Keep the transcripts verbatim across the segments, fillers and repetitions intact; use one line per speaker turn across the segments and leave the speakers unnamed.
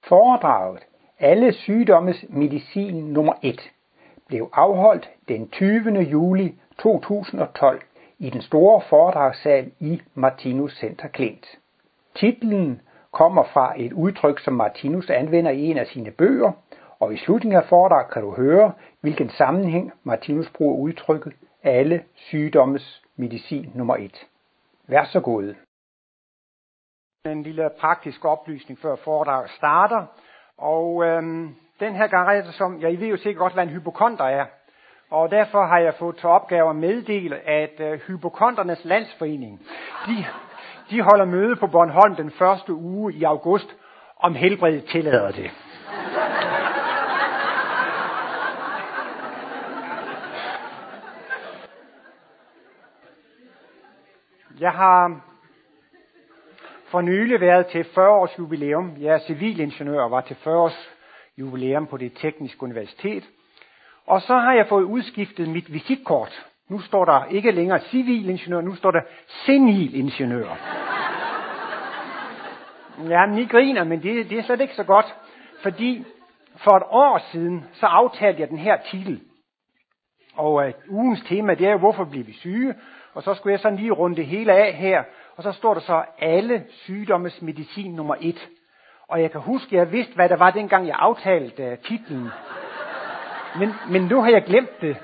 Foredraget Alle sygdommes medicin nummer et blev afholdt den tyvende juli to tusind og tolv i den store foredragssal i Martinus Center Klint. Titlen kommer fra et udtryk, som Martinus anvender i en af sine bøger, og i slutningen af foredraget kan du høre, hvilken sammenhæng Martinus bruger udtrykket alle sygdommes medicin nummer et. Vær så god.
En lille praktisk oplysning før foredraget starter. Og øhm, den her gang er det som, jeg ved jo sikkert godt, hvad en hypokonder er. Og derfor har jeg fået til opgave at meddele, at øh, Hypokonternes Landsforening, de, de holder møde på Bornholm den første uge i august, om helbredet tillader det. Jeg har for nylig været til fyrre års jubilæum. Jeg er civilingeniør og var til fyrre års jubilæum på det tekniske universitet. Og så har jeg fået udskiftet mit visitkort. Nu står der ikke længere civilingeniør, nu står der senilingeniør. Jamen, I griner, men det, det er slet ikke så godt. Fordi for et år siden, så aftalte jeg den her titel. Og øh, ugens tema, det er jo, hvorfor bliver vi syge? Og så skulle jeg sådan lige runde det hele af her. Og så står der så, alle sygdommes medicin nummer et. Og jeg kan huske, at jeg vidste, hvad der var, dengang jeg aftalte uh, titlen. Men, men nu har jeg glemt det.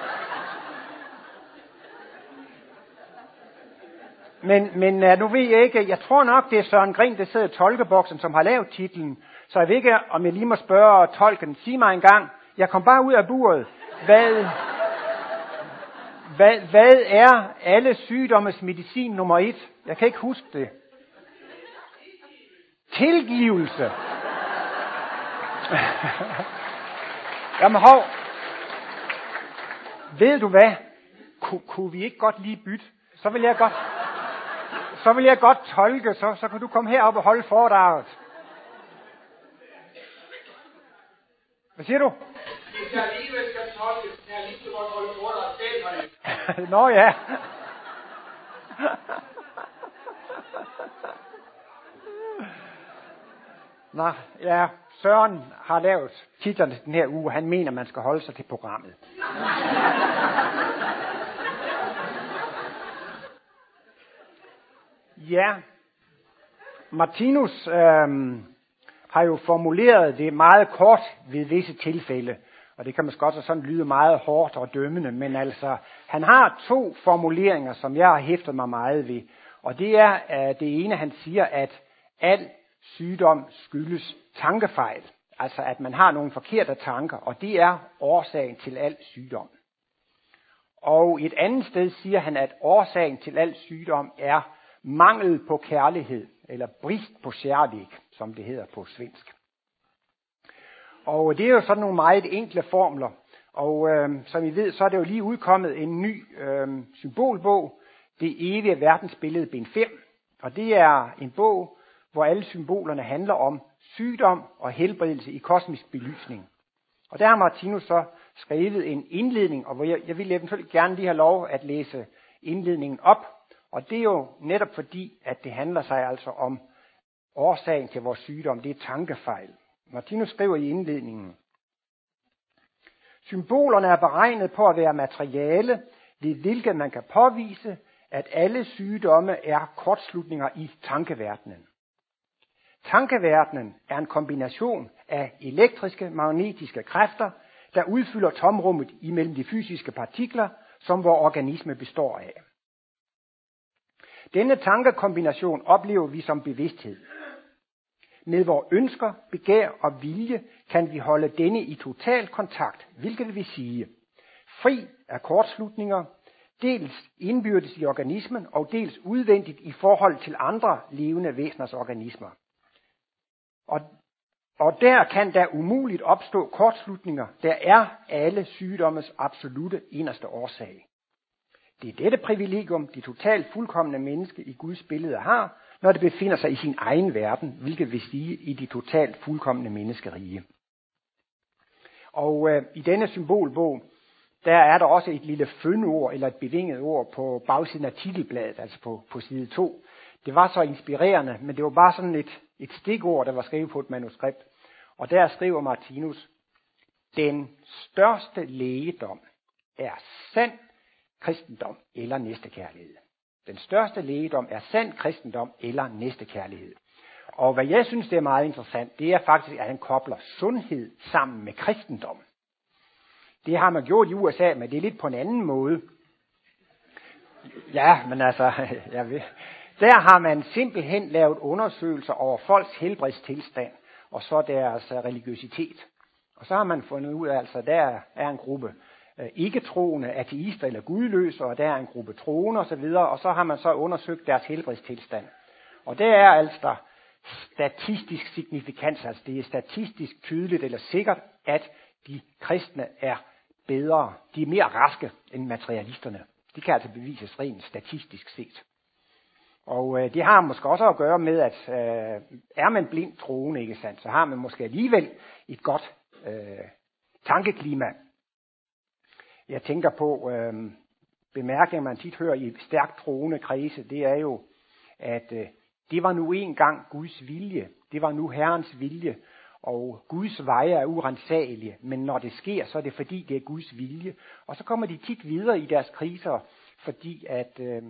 Men, men uh, nu ved jeg ikke, jeg tror nok, det er Søren Gren, der sidder i tolkeboksen, som har lavet titlen. Så jeg ved ikke, om jeg lige må spørge tolken, sig mig en gang. Jeg kom bare ud af buret. Hvad... Hvad, hvad er alle sygdommes medicin nummer et? Jeg kan ikke huske det. Tilgivelse. Jamen hov. Ved du hvad? Ku, kunne vi ikke godt lige bytte? Så vil jeg godt, så vil jeg godt tolke, så, så kan du komme herop og holde foredraget. Hvad siger du?
Hvis jeg alligevel skal tolke, kan jeg lige så godt holde foredraget selv, har jeg.
Nå ja. Nå, ja, Søren har lavet titlerne den her uge. Han mener, man skal holde sig til programmet. Ja, Martinus øhm, har jo formuleret det meget kort ved visse tilfælde. Og det kan måske godt sådan lyde meget hårdt og dømmende, men altså, han har to formuleringer, som jeg har hæftet mig meget ved. Og det er uh, det ene, han siger, at al sygdom skyldes tankefejl. Altså, at man har nogle forkerte tanker, og det er årsagen til al sygdom. Og et andet sted siger han, at årsagen til al sygdom er mangel på kærlighed, eller brist på kærlighed, som det hedder på svensk. Og det er jo sådan nogle meget enkle formler. Og øh, som I ved, så er det jo lige udkommet en ny øh, symbolbog, Det evige verdensbillede, bind fem. Og det er en bog, hvor alle symbolerne handler om sygdom og helbredelse i kosmisk belysning. Og der har Martinus så skrevet en indledning, og hvor jeg, jeg vil eventuelt gerne lige have lov at læse indledningen op. Og det er jo netop fordi, at det handler sig altså om årsagen til vores sygdom, det er tankefejl. Martinus skriver i indledningen: Symbolerne er beregnet på at være materiale, ved hvilket man kan påvise, at alle sygdomme er kortslutninger i tankeverdenen. Tankeverdenen er en kombination af elektriske, magnetiske kræfter, der udfylder tomrummet imellem de fysiske partikler, som vores organisme består af. Denne tankekombination oplever vi som bevidsthed. Med vores ønsker, begær og vilje kan vi holde denne i total kontakt, hvilket vil sige fri af kortslutninger, dels indbyrdes i organismen og dels udvendigt i forhold til andre levende væseners organismer. Og, og der kan der umuligt opstå kortslutninger, der er alle sygdommes absolute inderste årsag. Det er dette privilegium, de totalt fuldkomne menneske i Guds billede har, når det befinder sig i sin egen verden, hvilket vil sige i de totalt fuldkomne menneskerige. Og øh, i denne symbolbog, der er der også et lille fyndord, eller et bevinget ord på bagsiden af titelbladet, altså på, på side to. Det var så inspirerende, men det var bare sådan et, et stikord, der var skrevet på et manuskript. Og der skriver Martinus, den største lægedom er sand kristendom eller næstekærlighed. Den største lægedom er sand kristendom eller næstekærlighed. Og hvad jeg synes, det er meget interessant, det er faktisk, at han kobler sundhed sammen med kristendom. Det har man gjort i U S A, men det er lidt på en anden måde. Ja, men altså, jeg ved. Der har man simpelthen lavet undersøgelser over folks helbredstilstand, og så deres religiøsitet. Og så har man fundet ud af, altså der er en gruppe ikke-troende, ateister eller gudløse, og der er en gruppe troende osv., og så har man så undersøgt deres helbredstilstand. Og der er altså statistisk signifikans, altså det er statistisk tydeligt eller sikkert, at de kristne er bedre, de er mere raske end materialisterne. Det kan altså bevises rent statistisk set. Og øh, det har måske også at gøre med, at øh, er man blind troende, ikke sandt, så har man måske alligevel et godt øh, tankeklima. Jeg tænker på, øh, bemærkninger man tit hører i stærkt troende kredse, det er jo, at øh, det var nu engang Guds vilje, det var nu Herrens vilje, og Guds veje er urensagelige, men når det sker, så er det fordi, det er Guds vilje. Og så kommer de tit videre i deres kriser, fordi at øh,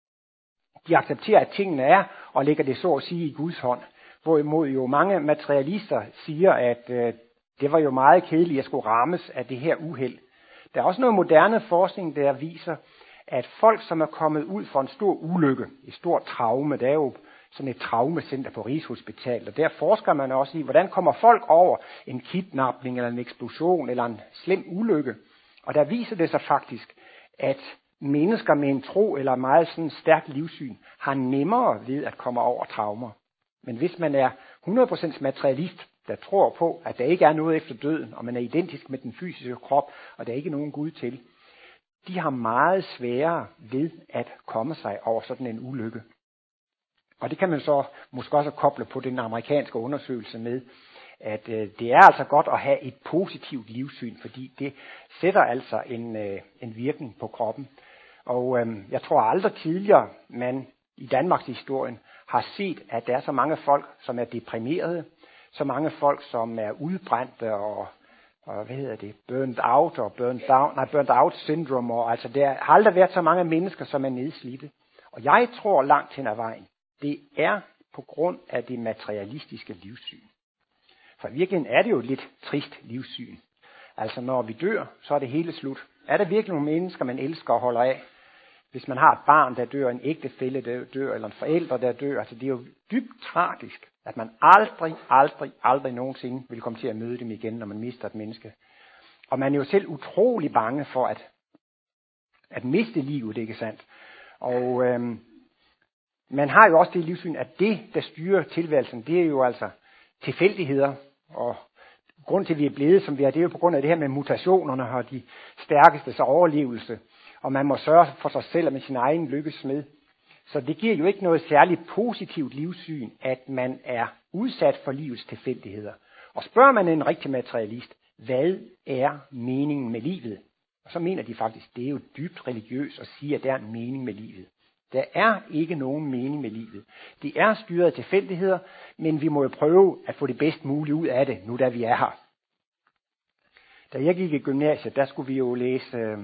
de accepterer, at tingene er, og lægger det så at sige i Guds hånd. Hvorimod jo mange materialister siger, at øh, det var jo meget kedeligt, at jeg skulle rammes af det her uheld. Der er også noget moderne forskning, der viser, at folk, som er kommet ud for en stor ulykke, et stort traume, der er jo sådan et traumecenter på Rigshospitalet, og der forsker man også i, hvordan kommer folk over en kidnapning, eller en eksplosion, eller en slem ulykke. Og der viser det sig faktisk, at mennesker med en tro, eller meget sådan stærkt livssyn, har nemmere ved at komme over traumer. Men hvis man er hundrede procent materialist, der tror på, at der ikke er noget efter døden, og man er identisk med den fysiske krop, og der er ikke nogen Gud til, de har meget sværere ved at komme sig over sådan en ulykke. Og det kan man så måske også koble på den amerikanske undersøgelse med, at øh, det er altså godt at have et positivt livssyn, fordi det sætter altså en, øh, en virkning på kroppen. Og øh, jeg tror aldrig tidligere, man i Danmarks historien har set, at der er så mange folk, som er deprimerede, så mange folk, som er udbrændte og, og hvad hedder det, burnt out og burnt down, nej, burnt out syndrome, og altså der har aldrig været så mange mennesker, som er nedslidte. Og jeg tror langt hen ad vejen, det er på grund af det materialistiske livssyn. For i virkeligheden er det jo et lidt trist livssyn. Altså når vi dør, så er det hele slut. Er der virkelig nogle mennesker, man elsker og holder af? Hvis man har et barn, der dør, en ægtefælle, der dør, eller en forælder, der dør, altså det er jo dybt tragisk, at man aldrig, aldrig, aldrig nogensinde vil komme til at møde dem igen, når man mister et menneske. Og man er jo selv utrolig bange for at, at miste livet, ikke sandt? Og øhm, man har jo også det livssyn, at det, der styrer tilværelsen, det er jo altså tilfældigheder. Og grund til, at vi er blevet, som vi er, det er jo på grund af det her med mutationerne og de stærkestes overlevelse. Og man må sørge for sig selv og med sin egen lykkesmed. Så det giver jo ikke noget særligt positivt livssyn, at man er udsat for livets tilfældigheder. Og spørger man en rigtig materialist, hvad er meningen med livet? Og så mener de faktisk, det er jo dybt religiøst at sige, at der er en mening med livet. Der er ikke nogen mening med livet. Det er styret af tilfældigheder, men vi må jo prøve at få det bedst muligt ud af det, nu da vi er her. Da jeg gik i gymnasiet, der skulle vi jo læse øh,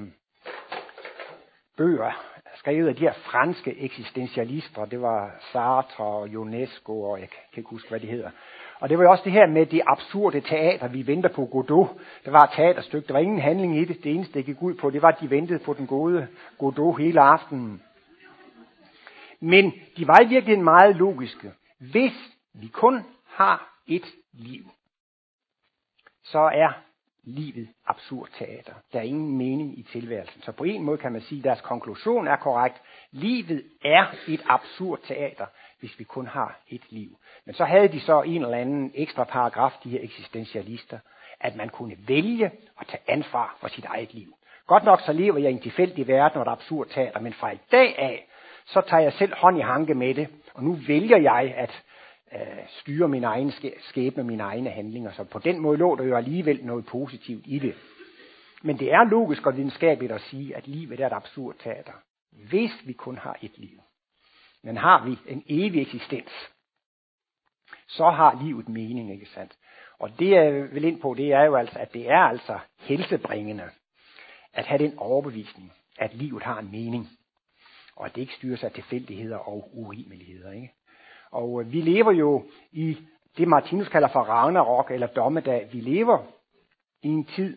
bøger, skrevet af de her franske eksistentialister. Det var Sartre og Ionesco, og jeg kan ikke huske, hvad de hedder. Og det var jo også det her med det absurde teater, vi venter på Godot. Det var et teaterstykke, der var ingen handling i det. Det eneste, det gik ud på, det var, at de ventede på den gode Godot hele aftenen. Men de var i virkeligheden meget logiske. Hvis vi kun har et liv, så er livet absurd teater. Der er ingen mening i tilværelsen. Så på en måde kan man sige, at deres konklusion er korrekt. Livet er et absurd teater, hvis vi kun har et liv. Men så havde de så en eller anden ekstra paragraf, de her eksistentialister, at man kunne vælge at tage ansvar for sit eget liv. Godt nok så lever jeg i en tilfældig verden, og der er absurd teater, men fra i dag af, så tager jeg selv hånd i hanke med det, og nu vælger jeg at øh, styre min egen skæbne, mine egne handlinger. Så på den måde lå der jo alligevel noget positivt i det. Men det er logisk og videnskabeligt at sige, at livet er et absurd teater, hvis vi kun har et liv. Men har vi en evig eksistens, så har livet mening, ikke sandt? Og det jeg vil ind på, det er jo altså, at det er altså helsebringende at have den overbevisning, at livet har en mening, og at det ikke styres af tilfældigheder og urimeligheder, ikke? Og øh, vi lever jo i det, Martinus kalder for Ragnarok eller dommedag. Vi lever i en tid,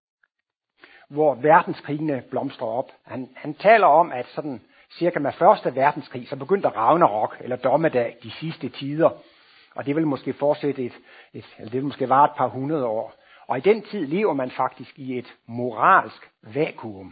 hvor verdenskrigene blomstrer op. Han, han taler om, at sådan cirka med første verdenskrig, så begyndte Ragnarok eller dommedag de sidste tider. Og det vil måske fortsætte et, et eller det vil måske vare et par hundrede år. Og i den tid lever man faktisk i et moralsk vakuum.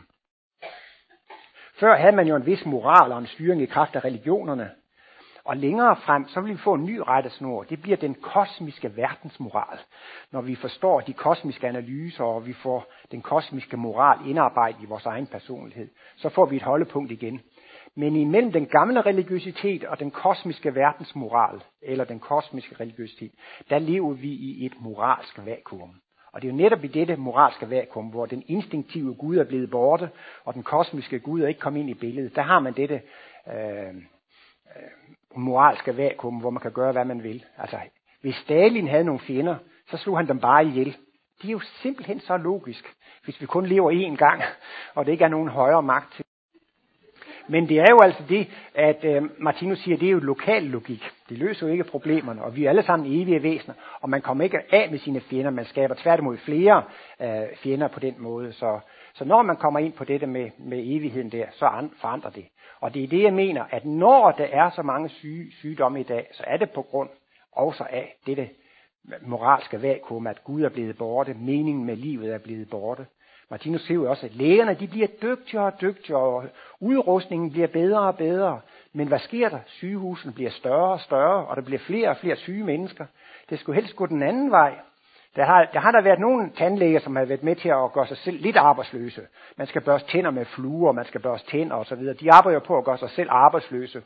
Før havde man jo en vis moral og en styring i kraft af religionerne. Og længere frem, så vil vi få en ny rettesnor. Det bliver den kosmiske verdensmoral. Når vi forstår de kosmiske analyser, og vi får den kosmiske moral indarbejdet i vores egen personlighed, så får vi et holdepunkt igen. Men imellem den gamle religiøsitet og den kosmiske verdensmoral, eller den kosmiske religiøsitet, der lever vi i et moralsk vakuum. Og det er jo netop i dette moralske vakuum, hvor den instinktive Gud er blevet borte, og den kosmiske Gud er ikke kommet ind i billedet. Der har man dette øh, øh, moralske vakuum, hvor man kan gøre, hvad man vil. Altså, hvis Stalin havde nogle fjender, så slog han dem bare ihjel. Det er jo simpelthen så logisk, hvis vi kun lever én gang, og det ikke er nogen højere magt til. Men det er jo altså det, at øh, Martinus siger, det er jo lokal logik. Det løser jo ikke problemerne, og vi er alle sammen evige væsener, og man kommer ikke af med sine fjender, man skaber tværtimod flere øh, fjender på den måde. Så, så når man kommer ind på dette med, med evigheden der, så an, forandrer det. Og det er det, jeg mener, at når der er så mange syge, sygdomme i dag, så er det på grund også af dette moralske vakuum, at Gud er blevet borte, meningen med livet er blevet borte. Martinus siger jo også, at lægerne de bliver dygtigere og dygtigere, og udrustningen bliver bedre og bedre. Men hvad sker der? Sygehusene bliver større og større, og der bliver flere og flere syge mennesker. Det skulle helst gå den anden vej. Der har, der har der været nogle tandlæger, som har været med til at gøre sig selv lidt arbejdsløse. Man skal børste tænder med fluer, man skal børste tænder osv. De arbejder på at gøre sig selv arbejdsløse.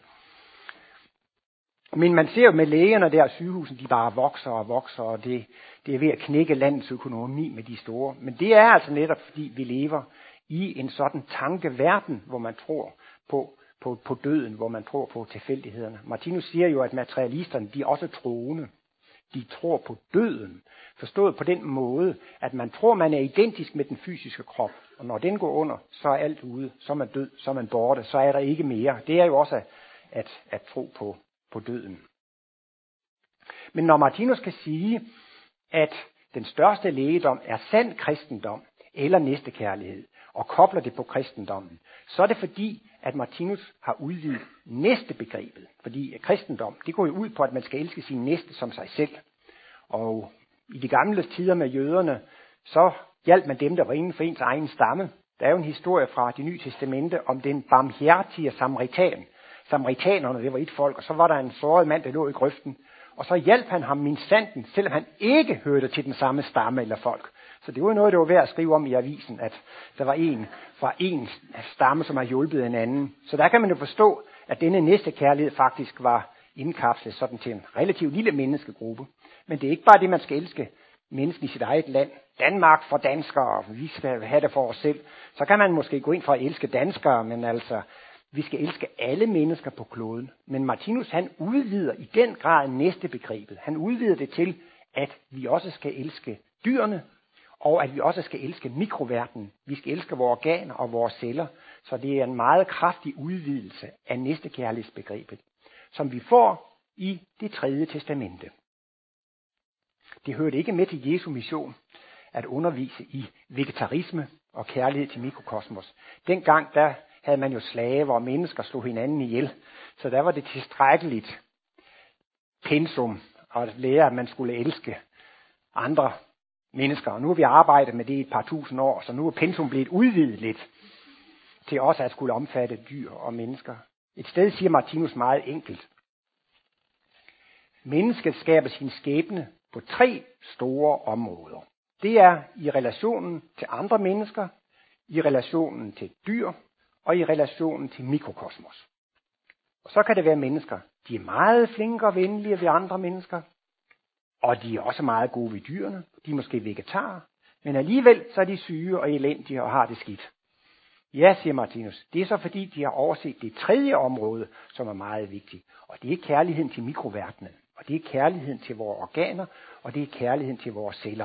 Men man ser jo med lægerne der, sygehusen, de bare vokser og vokser, og det, det er ved at knække landets økonomi med de store. Men det er altså netop, fordi vi lever i en sådan tankeverden, hvor man tror på, på, på døden, hvor man tror på tilfældighederne. Martinus siger jo, at materialisterne, de er også troende. De tror på døden, forstået på den måde, at man tror, man er identisk med den fysiske krop. Og når den går under, så er alt ude, så er man død, så er man borte, så er der ikke mere. Det er jo også at, at, at tro på på døden. Men når Martinus kan sige, at den største lægedom er sand kristendom eller næstekærlighed, og kobler det på kristendommen, så er det fordi, at Martinus har udvidet næstebegrebet. Fordi kristendom, det går jo ud på, at man skal elske sin næste som sig selv. Og i de gamle tider med jøderne, så hjalp man dem, der var inden for ens egen stamme. Der er jo en historie fra Det Nye Testamente om den barmhjertige samaritan. Samaritanerne, det var et folk, og så var der en såret mand, der lå i grøften. Og så hjalp han ham minsandten, selvom han ikke hørte til den samme stamme eller folk. Så det var noget, der var værd at skrive om i avisen, at der var en fra en stamme, som har hjulpet en anden. Så der kan man jo forstå, at denne næste kærlighed faktisk var indkapslet sådan til en relativt lille menneskegruppe. Men det er ikke bare det, man skal elske mennesken i sit eget land. Danmark for danskere, og vi skal have det for os selv. Så kan man måske gå ind for at elske danskere, men altså, vi skal elske alle mennesker på kloden. Men Martinus, han udvider i den grad næstebegrebet. Han udvider det til, at vi også skal elske dyrene, og at vi også skal elske mikroverdenen. Vi skal elske vores organer og vores celler. Så det er en meget kraftig udvidelse af næstekærlighedsbegrebet, som vi får i Det Tredje Testamente. Det hørte ikke med til Jesu mission at undervise i vegetarisme og kærlighed til mikrokosmos. Dengang der havde man jo slaver, og mennesker slog hinanden ihjel. Så der var det tilstrækkeligt pensum at lære, at man skulle elske andre mennesker. Og nu har vi arbejdet med det i et par tusind år, så nu er pensum blevet udvidet lidt til også at skulle omfatte dyr og mennesker. Et sted siger Martinus meget enkelt. Mennesket skaber sin skæbne på tre store områder. Det er i relationen til andre mennesker, i relationen til dyr og i relationen til mikrokosmos. Og så kan det være mennesker, de er meget flinke og venlige ved andre mennesker, og de er også meget gode ved dyrene. De er måske vegetarer, men alligevel så er de syge og elendige og har det skidt. Ja, siger Martinus, det er så fordi, de har overset det tredje område, som er meget vigtigt, og det er kærligheden til mikroverdenen. Og det er kærligheden til vores organer, og det er kærligheden til vores celler.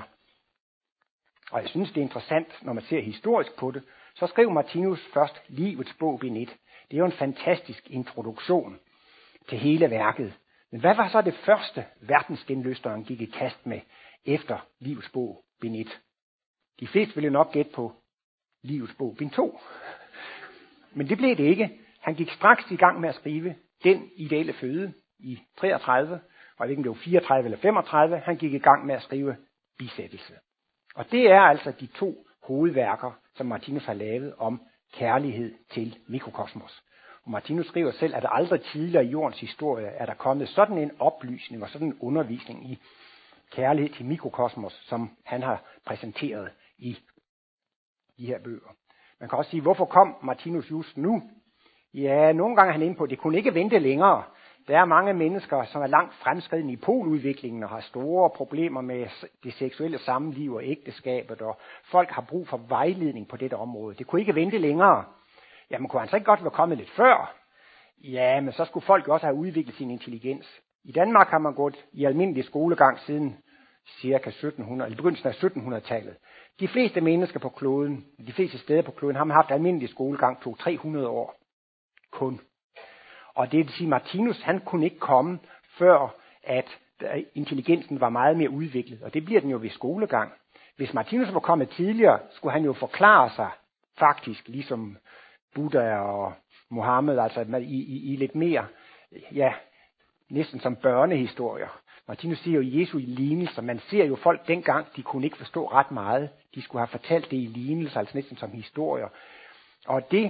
Og jeg synes, det er interessant, når man ser historisk på det, så skrev Martinus først Livets bog, bind et. Det er jo en fantastisk introduktion til hele værket. Men hvad var så det første, verdensgenløsteren gik i kast med efter Livets bog, bind et? De fleste ville nok gætte på Livets bog, bind to. Men det blev det ikke. Han gik straks i gang med at skrive Den ideelle føde i treogtredive, og jeg ved ikke, om det var fireogtredive eller femogtredive. Han gik i gang med at skrive Bisættelse. Og det er altså de to hovedværker, som Martinus har lavet om kærlighed til mikrokosmos. Og Martinus skriver selv, at der aldrig tidligere i jordens historie er der kommet sådan en oplysning og sådan en undervisning i kærlighed til mikrokosmos, som han har præsenteret i de her bøger. Man kan også sige, hvorfor kom Martinus just nu? Ja, nogle gange er han inde på, at det kunne ikke vente længere. Der er mange mennesker, som er langt fremskreden i poludviklingen og har store problemer med det seksuelle samliv og ægteskabet, og folk har brug for vejledning på dette område. Det kunne ikke vente længere. Jamen, kunne han så ikke godt være kommet lidt før? Ja, men så skulle folk jo også have udviklet sin intelligens. I Danmark har man gået i almindelig skolegang siden cirka sytten hundrede, eller begyndelsen af syttenhundredetallet. De fleste mennesker på kloden, de fleste steder på kloden, har man haft almindelig skolegang to til tre hundrede år. Kun. Og det vil sige, Martinus, han kunne ikke komme, før at intelligensen var meget mere udviklet. Og det bliver den jo ved skolegang. Hvis Martinus var kommet tidligere, skulle han jo forklare sig, faktisk, ligesom Buddha og Mohammed, altså i, i, i lidt mere, ja, næsten som børnehistorier. Martinus siger jo i Jesu lignelser, man ser jo folk dengang, de kunne ikke forstå ret meget. De skulle have fortalt det i lignelser, altså næsten som historier. Og det,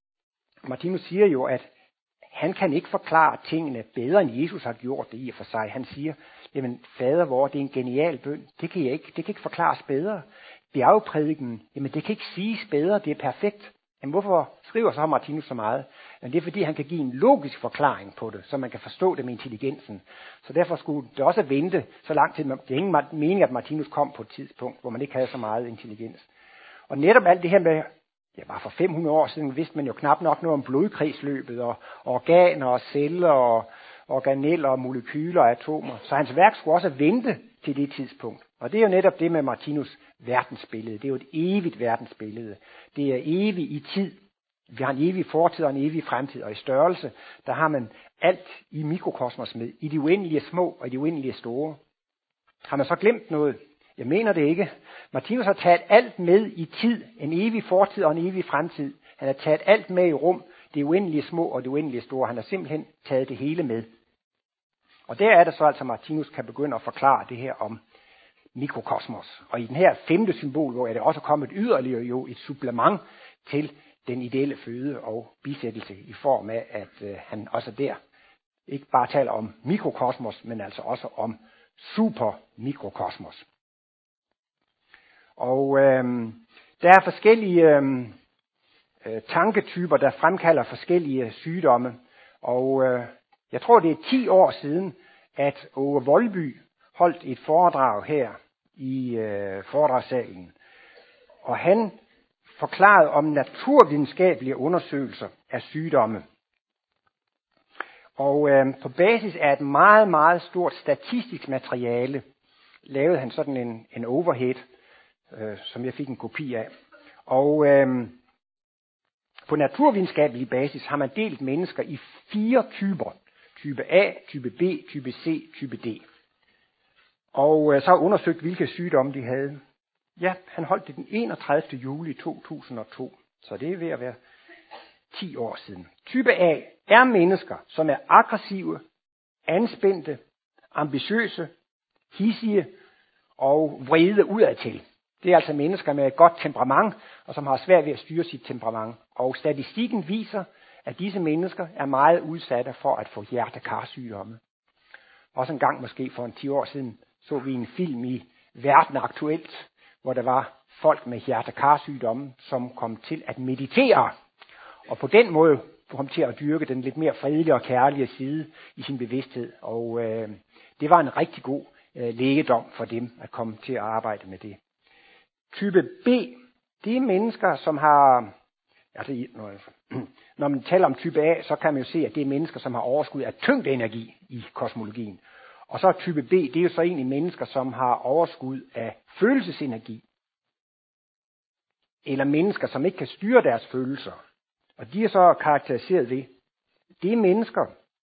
Martinus siger jo, at han kan ikke forklare tingene bedre, end Jesus har gjort det i og for sig. Han siger, jamen fader vor, det er en genial bøn. Det kan, jeg ikke, det kan ikke forklares bedre. Bjergprædiken, jamen det kan ikke siges bedre, det er perfekt. Jamen hvorfor skriver så Martinus så meget? Men det er fordi, han kan give en logisk forklaring på det, så man kan forstå det med intelligensen. Så derfor skulle det også vente så lang tid. Det er ingen mening, at Martinus kom på et tidspunkt, hvor man ikke havde så meget intelligens. Og netop alt det her med, ja, bare for fem hundrede år siden vidste man jo knap nok noget om blodkredsløbet og organer og celler og organeller og molekyler og atomer. Så hans værk skulle også vente til det tidspunkt. Og det er jo netop det med Martinus verdensbillede. Det er jo et evigt verdensbillede. Det er evigt i tid. Vi har en evig fortid og en evig fremtid. Og i størrelse, der har man alt i mikrokosmos med. I de uendelige små og i de uendelige store. Har man så glemt noget? Jeg mener det ikke. Martinus har taget alt med i tid. En evig fortid og en evig fremtid. Han har taget alt med i rum. Det uendelige små og det uendelige store. Han har simpelthen taget det hele med. Og der er det så altså, Martinus kan begynde at forklare det her om mikrokosmos. Og i den her femte symbol, hvor er det også kommet yderligere jo et supplement til den ideelle føde og bisættelse i form af, at øh, han også der ikke bare taler om mikrokosmos, men altså også om supermikrokosmos. Og øh, der er forskellige øh, tanketyper, der fremkalder forskellige sygdomme. Og øh, jeg tror, det er ti år siden, at Åge Voldby holdt et foredrag her i øh, foredragssalen. Og han forklarede om naturvidenskabelige undersøgelser af sygdomme. Og øh, på basis af et meget, meget stort statistisk materiale, lavede han sådan en, en overhead, øh, som jeg fik en kopi af. Og øh, på naturvidenskabelig basis har man delt mennesker i fire typer. Type A, type B, type C, type D. Og øh, så har undersøgt, hvilke sygdomme de havde. Ja, han holdt det den enogtredivte juli to tusind og to. Så det er ved at være ti år siden. Type A er mennesker, som er aggressive, anspændte, ambitiøse, hidsige og vrede udadtil. Det er altså mennesker med et godt temperament, og som har svært ved at styre sit temperament. Og statistikken viser, at disse mennesker er meget udsatte for at få hjerte-karsygdomme. Også en gang måske for en ti år siden så vi en film i Verden Aktuelt, hvor der var folk med hjerte-karsygdomme, som kom til at meditere. Og på den måde kom til at dyrke den lidt mere fredelige og kærlige side i sin bevidsthed. Og øh, det var en rigtig god øh, lægedom for dem at komme til at arbejde med det. Type B, det er mennesker, som har... Altså, når man taler om type A, så kan man jo se, at det er mennesker, som har overskud af tyngdeenergi i kosmologien. Og så type B, det er jo så egentlig mennesker, som har overskud af følelsesenergi. Eller mennesker, som ikke kan styre deres følelser. Og de er så karakteriseret ved, det er mennesker,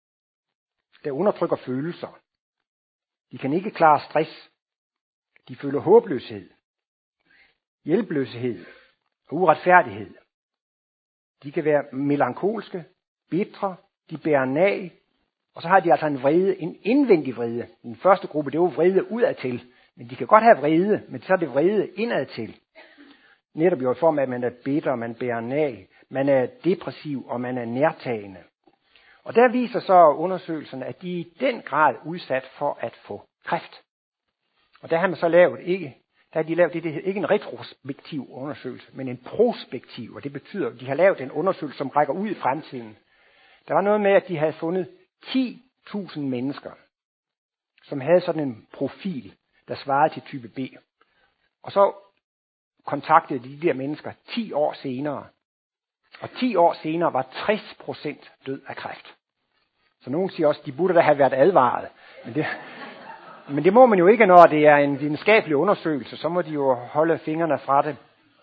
der undertrykker følelser. De kan ikke klare stress. De føler håbløshed, hjælpeløshed og uretfærdighed. De kan være melankolske, bitre, de bærer nag, og så har de altså en vrede, en indvendig vrede. Den første gruppe, det er jo vrede udadtil, men de kan godt have vrede, men så er det vrede indadtil. Netop jo i form af, at man er bitter, man bærer nag, man er depressiv, og man er nærtagende. Og der viser så undersøgelserne, at de er i den grad udsat for at få kræft. Og der har man så lavet ikke, der har de lavet det, det ikke en retrospektiv undersøgelse, men en prospektiv, og det betyder, at de har lavet en undersøgelse, som rækker ud i fremtiden. Der var noget med, at de havde fundet ti tusind mennesker, som havde sådan en profil, der svarede til type B. Og så kontaktede de de der mennesker ti år senere. Og ti år senere var tres procent død af kræft. Så nogen siger også, at de burde da have været advaret. Men det, men det må man jo ikke, når det er en videnskabelig undersøgelse. Så må de jo holde fingrene fra det.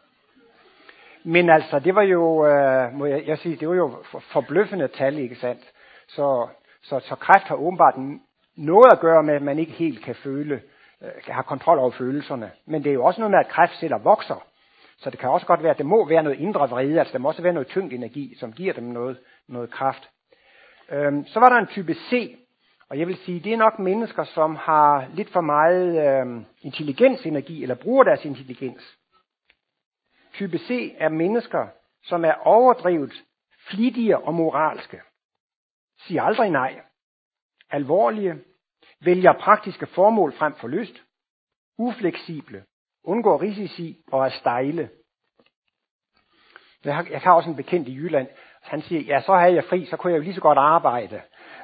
Men altså, det var jo, øh, må jeg, jeg sige, det var jo forbløffende tal, ikke sandt? Så, så, så kræft har åbenbart noget at gøre med, at man ikke helt kan føle, øh, kan have kontrol over følelserne. Men det er jo også noget med, at kræftceller vokser. Så det kan også godt være, at det må være noget indre vrede, altså der må også være noget tyngd energi, som giver dem noget, noget kraft. Øhm, så var der en type C, og jeg vil sige, det er nok mennesker, som har lidt for meget øhm, intelligensenergi, eller bruger deres intelligens. Type C er mennesker, som er overdrevet flittige og moralske. Siger aldrig nej. Alvorlige. Vælger praktiske formål frem for lyst. Ufleksible. Undgår risici og er stejle. Jeg har, jeg har også en bekendt i Jylland. Han siger, ja, så havde jeg fri, så kunne jeg jo lige så godt arbejde.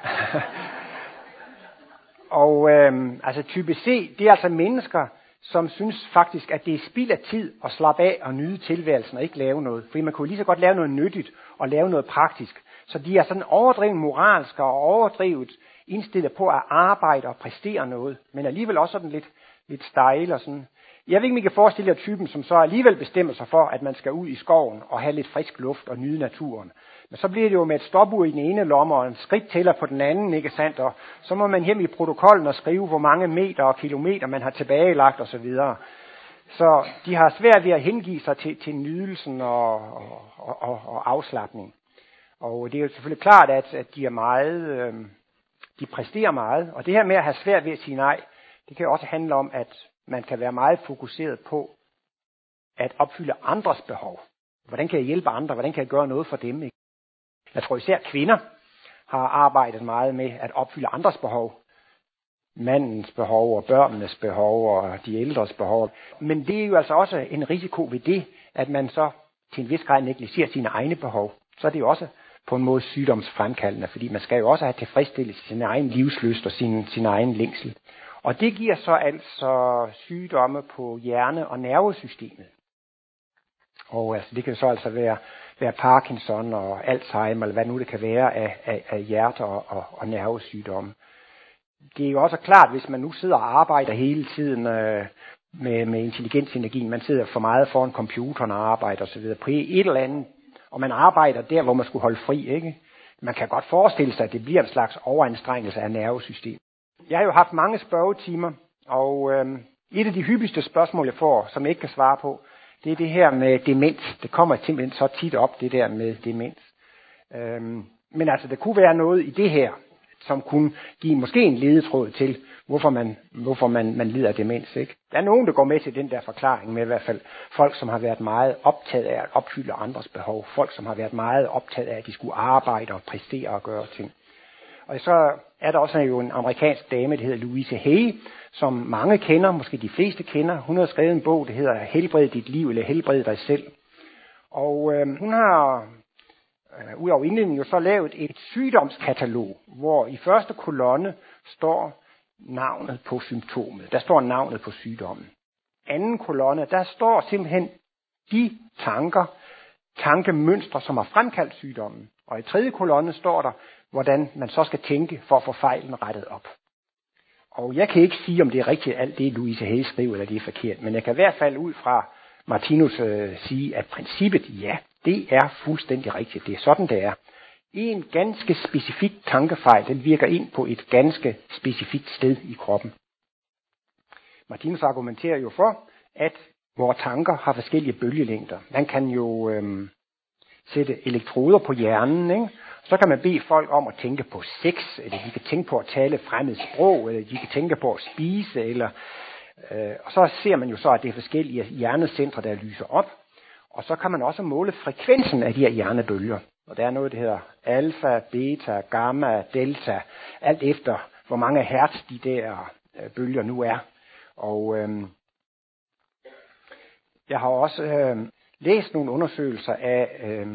og øhm, altså type C, det er altså mennesker, som synes faktisk, at det er spild af tid at slappe af og nyde tilværelsen og ikke lave noget. Fordi man kunne lige så godt lave noget nyttigt og lave noget praktisk. Så de er sådan overdrevet moralske og overdrevet indstillet på at arbejde og præstere noget. Men alligevel også sådan lidt, lidt stejle og sådan. Jeg ved ikke, om I kan forestille jer typen, som så alligevel bestemmer sig for, at man skal ud i skoven og have lidt frisk luft og nyde naturen. Men så bliver det jo med et stopur i den ene lomme og en skridttæller på den anden, ikke sandt? Og så må man hjem i protokollen og skrive, hvor mange meter og kilometer man har tilbagelagt osv. Så de har svært ved at hengive sig til, til nydelsen og, og, og, og afslapning. Og det er jo selvfølgelig klart, at, at de er meget, øh, de præsterer meget. Og det her med at have svært ved at sige nej, det kan også handle om, at man kan være meget fokuseret på at opfylde andres behov. Hvordan kan jeg hjælpe andre? Hvordan kan jeg gøre noget for dem? Ikke? Jeg tror især kvinder har arbejdet meget med at opfylde andres behov. Mandens behov og børnenes behov og de ældres behov. Men det er jo altså også en risiko ved det, at man så til en vis grad negligerer sine egne behov. Så er det jo også på en måde sygdomsfremkaldende, fordi man skal jo også have tilfredsstillelse sin egen livslyst og sin, sin egen længsel. Og det giver så altså sygdomme på hjerne- og nervesystemet. Og altså, det kan så altså være, være Parkinson og Alzheimer, eller hvad nu det kan være af, af, af hjerte- og, og, og nervesygdomme. Det er jo også klart, hvis man nu sidder og arbejder hele tiden øh, med, med intelligensenergien, man sidder for meget foran computeren og arbejder osv. på et eller andet, og man arbejder der, hvor man skulle holde fri, ikke? Man kan godt forestille sig, at det bliver en slags overanstrengelse af nervesystemet. Jeg har jo haft mange spørgetimer, og øh, et af de hyppigste spørgsmål, jeg får, som jeg ikke kan svare på, det er det her med demens. Det kommer simpelthen så tit op, det der med demens. Øhm, men altså, der kunne være noget i det her, som kunne give måske en ledetråd til, hvorfor man, hvorfor man, man lider af demens. Ikke? Der er nogen, der går med til den der forklaring med i hvert fald folk, som har været meget optaget af at opfylde andres behov. Folk, som har været meget optaget af, at de skulle arbejde og præstere og gøre ting. Og så er der også jo en amerikansk dame, der hedder Louise Hay, som mange kender, måske de fleste kender. Hun har skrevet en bog, der hedder Helbred dit liv, eller Helbred dig selv. Og øh, hun har, øh, ud over indledningen, jo så lavet et sygdomskatalog, hvor i første kolonne står navnet på symptomet. Der står navnet på sygdommen. Anden kolonne, der står simpelthen de tanker, tankemønstre, som har fremkaldt sygdommen. Og i tredje kolonne står der, hvordan man så skal tænke for at få fejlen rettet op. Og jeg kan ikke sige, om det er rigtigt, alt det Louise Hay skriver, eller det er forkert. Men jeg kan i hvert fald ud fra Martinus øh, sige, at princippet, ja, det er fuldstændig rigtigt. Det er sådan, det er. En ganske specifik tankefejl, den virker ind på et ganske specifikt sted i kroppen. Martinus argumenterer jo for, at vores tanker har forskellige bølgelængder. Man kan jo øhm, sætte elektroder på hjernen, ikke? Så kan man bede folk om at tænke på sex, eller de kan tænke på at tale fremmed sprog, eller de kan tænke på at spise, eller, øh, og så ser man jo så, at det er forskellige hjernecentre, der lyser op. Og så kan man også måle frekvensen af de her hjernebølger. Og der er noget, der hedder alfa, beta, gamma, delta, alt efter hvor mange hertz de der øh, bølger nu er. Og øh, jeg har også øh, læst nogle undersøgelser af øh,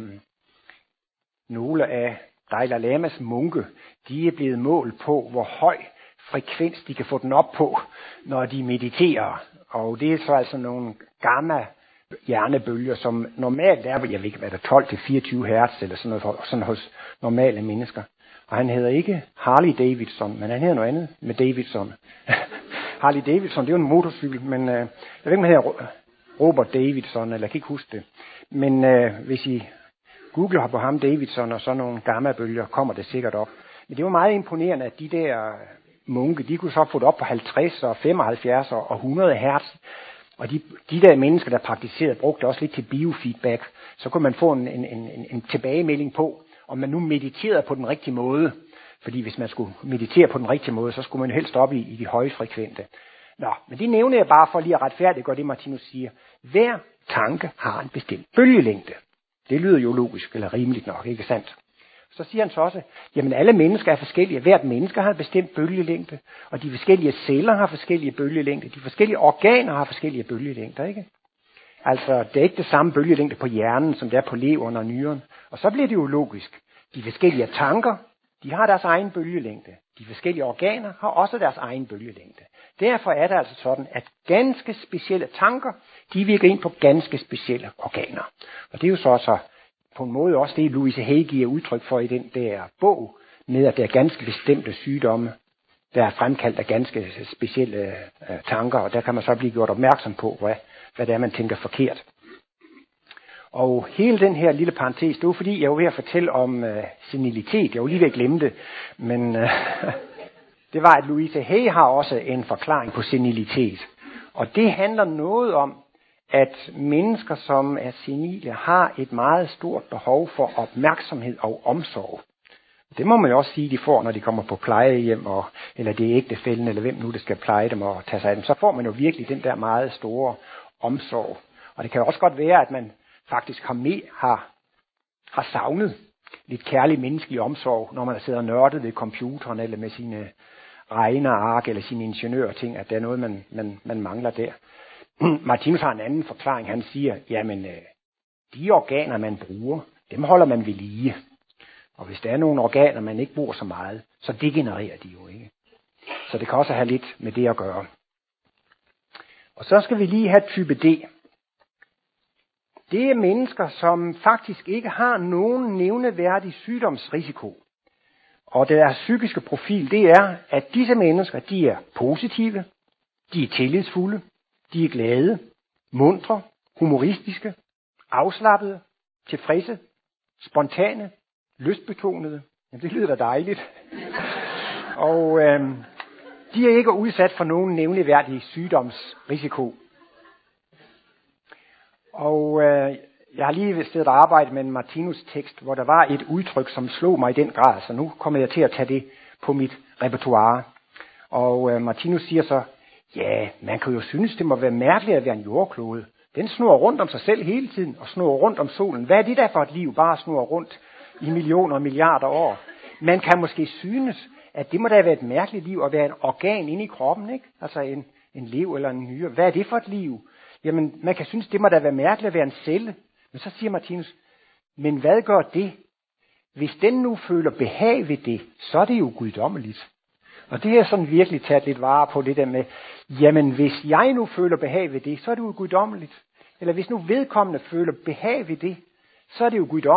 nogle af Dalai Lamas munke. De er blevet målt på, hvor høj frekvens de kan få den op på, når de mediterer. Og det er så altså nogle gamma hjernebølger, som normalt er, jeg ved ikke, hvad der tolv til fireogtyve hertz, eller sådan noget, sådan hos normale mennesker. Og han hedder ikke Harley Davidson, men han hedder noget andet med Davidson. Harley Davidson, det er jo en motorcykel, men øh, jeg ved ikke, om han hedder Robert Davidson, eller jeg kan ikke huske det. Men øh, hvis I googler på ham Davidson og så nogle gamma-bølger, kommer det sikkert op. Men det var meget imponerende, at de der munke, de kunne så få det op på halvtreds og femoghalvfjerds og hundrede hertz. Og de, de der mennesker, der praktiserede, brugte også lidt til biofeedback. Så kunne man få en, en, en, en tilbagemelding på, om man nu mediterede på den rigtige måde. Fordi hvis man skulle meditere på den rigtige måde, så skulle man helst op i, i de høje frekvente. Nå, men det nævner jeg bare for lige at retfærdiggøre det, Martinus siger. Hver tanke har en bestemt bølgelængde. Det lyder jo logisk, eller rimeligt nok, ikke sandt? Så siger han så også, jamen alle mennesker er forskellige. Hvert menneske har en bestemt bølgelængde, og de forskellige celler har forskellige bølgelængder. De forskellige organer har forskellige bølgelængder, ikke? Altså, det er ikke det samme bølgelængde på hjernen, som det er på leveren og nyren. Og så bliver det jo logisk. De forskellige tanker, de har deres egen bølgelængde. De forskellige organer har også deres egen bølgelængde. Derfor er det altså sådan, at ganske specielle tanker, de virker ind på ganske specielle organer. Og det er jo så så på en måde også det, Louise Hay giver udtryk for i den der bog, med at der er ganske bestemte sygdomme, der er fremkaldt af ganske specielle øh, tanker, og der kan man så blive gjort opmærksom på, hvad, hvad det er, man tænker forkert. Og hele den her lille parentes, det var fordi, jeg var ved at fortælle om øh, senilitet. Jeg var lige ved at glemme det, men øh, det var, at Louise Hay har også en forklaring på senilitet. Og det handler noget om, at mennesker, som er senile, har et meget stort behov for opmærksomhed og omsorg. Det må man jo også sige, de får, når de kommer på plejehjem, og, eller det er ægtefællen, eller hvem nu, der skal pleje dem og tage sig af dem. Så får man jo virkelig den der meget store omsorg. Og det kan jo også godt være, at man faktisk har, med, har, har savnet lidt kærlig menneskelig omsorg, når man sidder nørdet ved computeren, eller med sine regneark, eller sine ingeniørting, at det er noget, man, man, man mangler der. Martinus har en anden forklaring. Han siger, jamen, de organer, man bruger, dem holder man ved lige. Og hvis der er nogle organer, man ikke bruger så meget, så degenererer de jo ikke. Så det kan også have lidt med det at gøre. Og så skal vi lige have type D. Det er mennesker, som faktisk ikke har nogen nævneværdig sygdomsrisiko. Og deres psykiske profil, det er, at disse mennesker, de er positive, de er tillidsfulde, de er glade, muntre, humoristiske, afslappede, tilfredse, spontane, lystbetonede. Jamen, det lyder da dejligt. Og øh, de er ikke udsat for nogen nævneværdig sygdomsrisiko. Og øh, jeg har lige stedet at arbejde med en Martinus tekst, hvor der var et udtryk, som slog mig i den grad, så nu kommer jeg til at tage det på mit repertoire. Og øh, Martinus siger så, ja, man kan jo synes, det må være mærkeligt at være en jordklode. Den snurrer rundt om sig selv hele tiden, og snurrer rundt om solen. Hvad er det der for et liv, bare snurrer rundt i millioner og milliarder år? Man kan måske synes, at det må da være et mærkeligt liv at være en organ inde i kroppen, ikke? Altså en, en lever eller en nyre. Hvad er det for et liv? Jamen, man kan synes, det må da være mærkeligt at være en celle. Men så siger Martinus, men hvad gør det? Hvis den nu føler behag ved det, så er det jo guddommeligt. Og det er sådan virkelig taget lidt vare på det der med, jamen hvis jeg nu føler behag ved det, så er det jo guddommeligt. Eller hvis nu vedkommende føler behag ved det, så er det jo guddommeligt.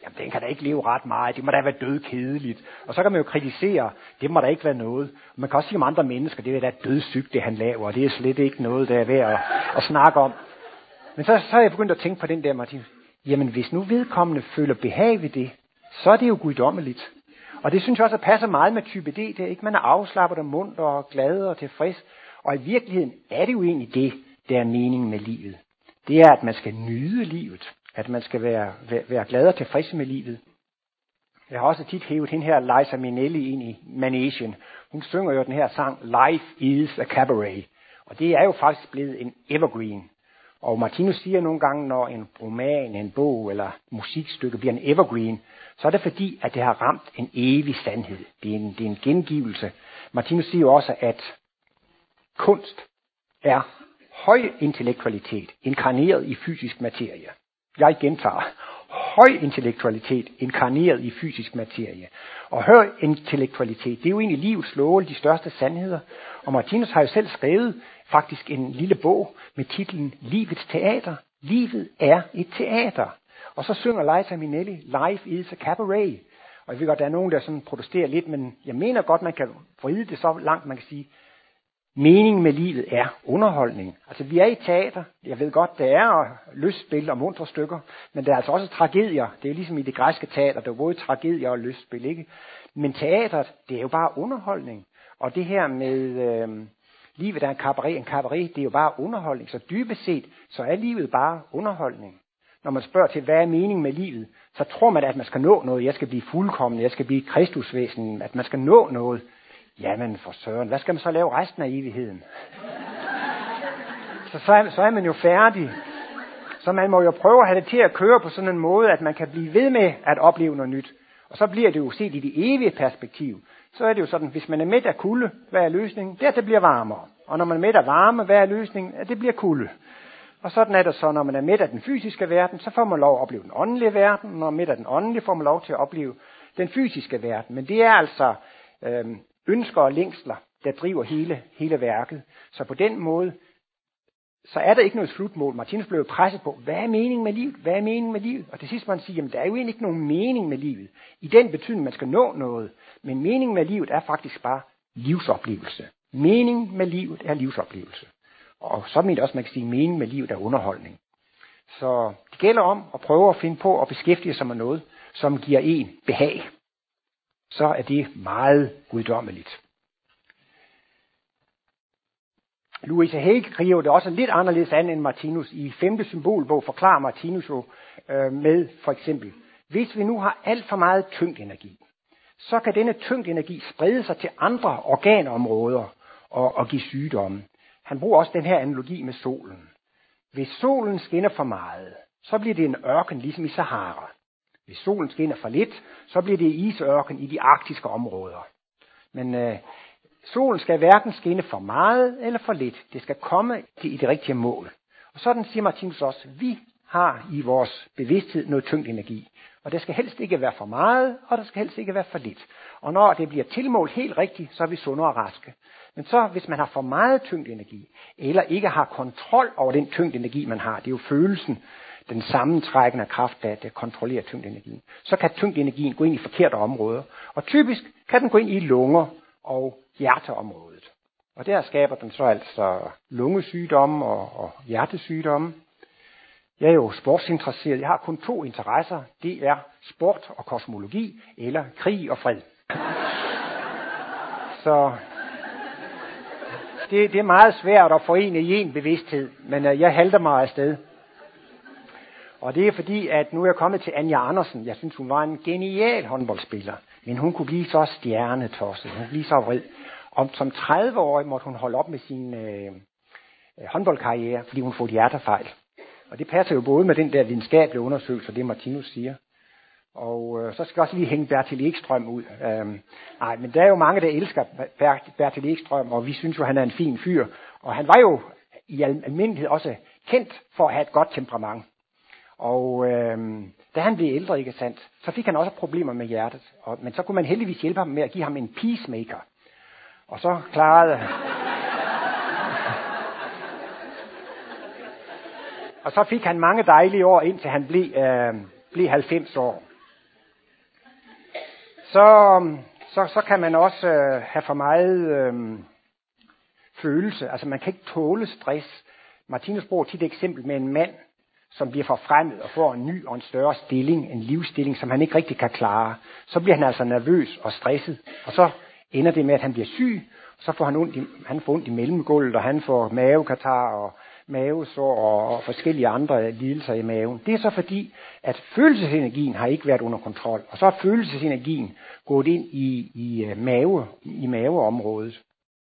jamen den kan da ikke leve ret meget, det må da være dødkedeligt. Og så kan man jo kritisere, det må da ikke være noget. Og man kan også sige om andre mennesker, det er da dødssygt, det han laver, og det er slet ikke noget, der er værd at, at snakke om. Men så, så er jeg begyndt at tænke på den der, Martin. Jamen hvis nu vedkommende føler behag ved det, så er det jo guddommeligt. Og det synes jeg også, at passer meget med type D, det er ikke, man er afslappet og munter og glad og tilfreds. Og i virkeligheden er det jo egentlig det, der er meningen med livet. Det er, at man skal nyde livet. At man skal være, være, være glad og tilfreds med livet. Jeg har også tit hævet hende her, Liza Minnelli, ind i Managen. Hun synger jo den her sang, Life is a Cabaret. Og det er jo faktisk blevet en evergreen. Og Martinus siger nogle gange, når en roman, en bog eller musikstykke bliver en evergreen, så er det fordi, at det har ramt en evig sandhed. Det er en, det er en gengivelse. Martinus siger jo også, at kunst er høj intellektualitet, inkarneret i fysisk materie. Jeg gentager. Høj intellektualitet, inkarneret i fysisk materie. Og høj intellektualitet, det er jo egentlig livets love, de største sandheder. Og Martinus har jo selv skrevet faktisk en lille bog med titlen Livets teater. Livet er et teater. Og så synger Liza Minnelli, Life is a Cabaret. Og jeg ved godt, der er nogen, der sådan protesterer lidt, men jeg mener godt, man kan vride det så langt, man kan sige, meningen med livet er underholdning. Altså vi er i teater. Jeg ved godt, der er lystspil og muntre stykker, men der er altså også tragedier. Det er ligesom i det græske teater, der er både tragedier og lystspil, ikke? Men teateret, det er jo bare underholdning. Og det her med øh, livet er en cabaret, en cabaret, det er jo bare underholdning. Så dybest set, så er livet bare underholdning. Når man spørger til, hvad er meningen med livet, så tror man, at man skal nå noget. Jeg skal blive fuldkommen, jeg skal blive kristusvæsen, at man skal nå noget. Jamen for søren, hvad skal man så lave resten af evigheden? Så, så, er, så er man jo færdig. Så man må jo prøve at have det til at køre på sådan en måde, at man kan blive ved med at opleve noget nyt. Og så bliver det jo set i det evige perspektiv. Så er det jo sådan, hvis man er mæt af kulde, hvad er løsningen? Det er, at det bliver varmere. Og når man er mæt af varme, hvad er løsningen? At det bliver kulde. Og sådan er det så, når man er mæt af den fysiske verden, så får man lov at opleve den åndelige verden. Når man er mæt af den åndelige, får man lov til at opleve den fysiske verden. Men det er altså øh, ønsker og længsler, der driver hele, hele værket. Så på den måde, så er der ikke noget slutmål. Martinus blev presset på, hvad er meningen med livet? Hvad er meningen med livet? Og til sidst man siger, jamen der er jo egentlig ikke nogen mening med livet. I den betydning, man skal nå noget. Men meningen med livet er faktisk bare livsoplevelse. Mening med livet er livsoplevelse. Og så mener det også, man kan sige, at mening med livet er underholdning. Så det gælder om at prøve at finde på at beskæftige sig med noget, som giver en behag. Så er det meget guddommeligt. Louise Hay griber det også lidt anderledes an end Martinus. I femte symbolbog forklarer Martinus jo øh, med for eksempel, hvis vi nu har alt for meget tyngdenergi, så kan denne tyngdenergi sprede sig til andre organområder og, og give sygdomme. Han bruger også den her analogi med solen. Hvis solen skinner for meget, så bliver det en ørken ligesom i Sahara. Hvis solen skinner for lidt, så bliver det isørken i de arktiske områder. Men øh, solen skal hverken skinne for meget eller for lidt. Det skal komme i det rigtige mål. Og sådan siger Martinus også, vi har i vores bevidsthed noget tyngdenergi. Og der skal helst ikke være for meget, og der skal helst ikke være for lidt. Og når det bliver tilmålt helt rigtigt, så er vi sunde og raske. Men så, hvis man har for meget tyngdenergi, eller ikke har kontrol over den tyngdenergi, man har, det er jo følelsen, den sammentrækkende kraft, der, der kontrollerer tyngdenergien, så kan tyngdenergien gå ind i forkerte områder. Og typisk kan den gå ind i lunger og hjerteområdet. Og der skaber den så altså lungesygdomme og, og hjertesygdomme. Jeg er jo sportsinteresseret. Jeg har kun to interesser. Det er sport og kosmologi, eller krig og fred. Så det, det er meget svært at forene i en bevidsthed, men uh, jeg halter mig afsted. Og det er fordi, at nu er jeg kommet til Anja Andersen. Jeg synes, hun var en genial håndboldspiller. Men hun kunne blive så stjernetosset. Hun kunne blive så vred. Og som tredive-årig måtte hun holde op med sin øh, håndboldkarriere, fordi hun fik hjertefejl. Og det passer jo både med den der videnskabelige undersøgelse, det Martinus siger. Og øh, så skal jeg også lige hænge Bertil Ekstrøm ud. Øhm, nej, men der er jo mange, der elsker Bertil Ekstrøm, og vi synes jo, han er en fin fyr. Og han var jo i almindelighed også kendt for at have et godt temperament. Og øh, da han blev ældre, ikke sandt, så fik han også problemer med hjertet. Og, men så kunne man heldigvis hjælpe ham med at give ham en peacemaker. Og så klarede... og så fik han mange dejlige år, indtil han blev, øh, blev halvfems år. så, så, så kan man også øh, have for meget øh, følelse. Altså man kan ikke tåle stress. Martinus bruger tit et eksempel med en mand, som bliver forfremmet og får en ny og en større stilling, en livsstilling, som han ikke rigtig kan klare. Så bliver han altså nervøs og stresset, og så ender det med, at han bliver syg, og så får han ondt i, han får ondt i mellemgulvet, og han får mavekatarr og mavesår og, og forskellige andre lidelser i maven. Det er så fordi, at følelsesenergien har ikke været under kontrol, og så er følelsesenergien gået ind i, i, mave, i maveområdet.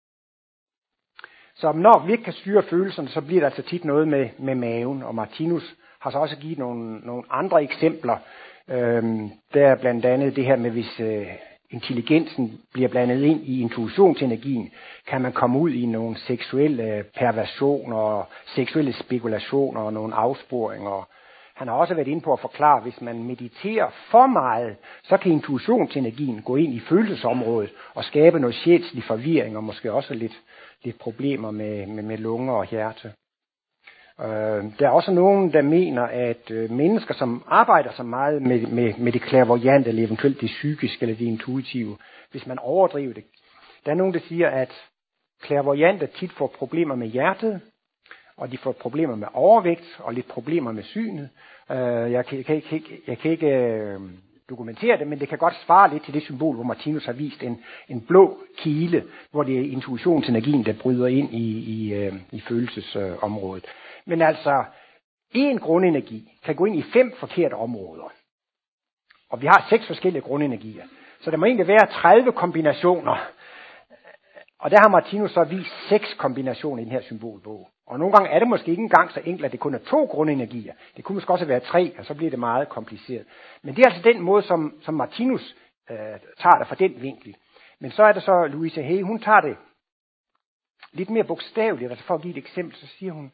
Så når vi ikke kan styre følelserne, så bliver der altså tit noget med, med maven, og Martinus har så også givet nogle, nogle andre eksempler. Øhm, der er blandt andet det her med, hvis øh, intelligensen bliver blandet ind i intuitionsenergien, kan man komme ud i nogle seksuelle perversioner, og seksuelle spekulationer og nogle afsporinger. Han har også været inde på at forklare, at hvis man mediterer for meget, så kan intuitionsenergien gå ind i følelsesområdet og skabe noget sjælslig forvirring og måske også lidt, lidt problemer med, med, med lunger og hjerte. Øh, der er også nogen, der mener, at øh, mennesker, som arbejder så meget med, med, med det clairvoyante, eller eventuelt det psykiske eller det intuitive, hvis man overdriver det. Der er nogen, der siger, at clairvoyante tit får problemer med hjertet, og de får problemer med overvægt og lidt problemer med synet. Øh, jeg, kan, jeg, kan, jeg, kan, jeg kan ikke øh, dokumentere det, men det kan godt svare lidt til det symbol, hvor Martinus har vist en, en blå kile, hvor det er intuitionsenergien, der bryder ind i, i, øh, i følelsesområdet. Øh, Men altså, en grundenergi kan gå ind i fem forkerte områder. Og vi har seks forskellige grundenergier. Så der må egentlig være tredive kombinationer. Og der har Martinus så vist seks kombinationer i den her symbolbog. Og nogle gange er det måske ikke engang så enkelt, at det kun er to grundenergier. Det kunne måske også være tre, og så bliver det meget kompliceret. Men det er altså den måde, som, som Martinus øh, tager det fra den vinkel. Men så er det så Louise Hay, hun tager det lidt mere bogstaveligt. Altså for at give et eksempel, så siger hun,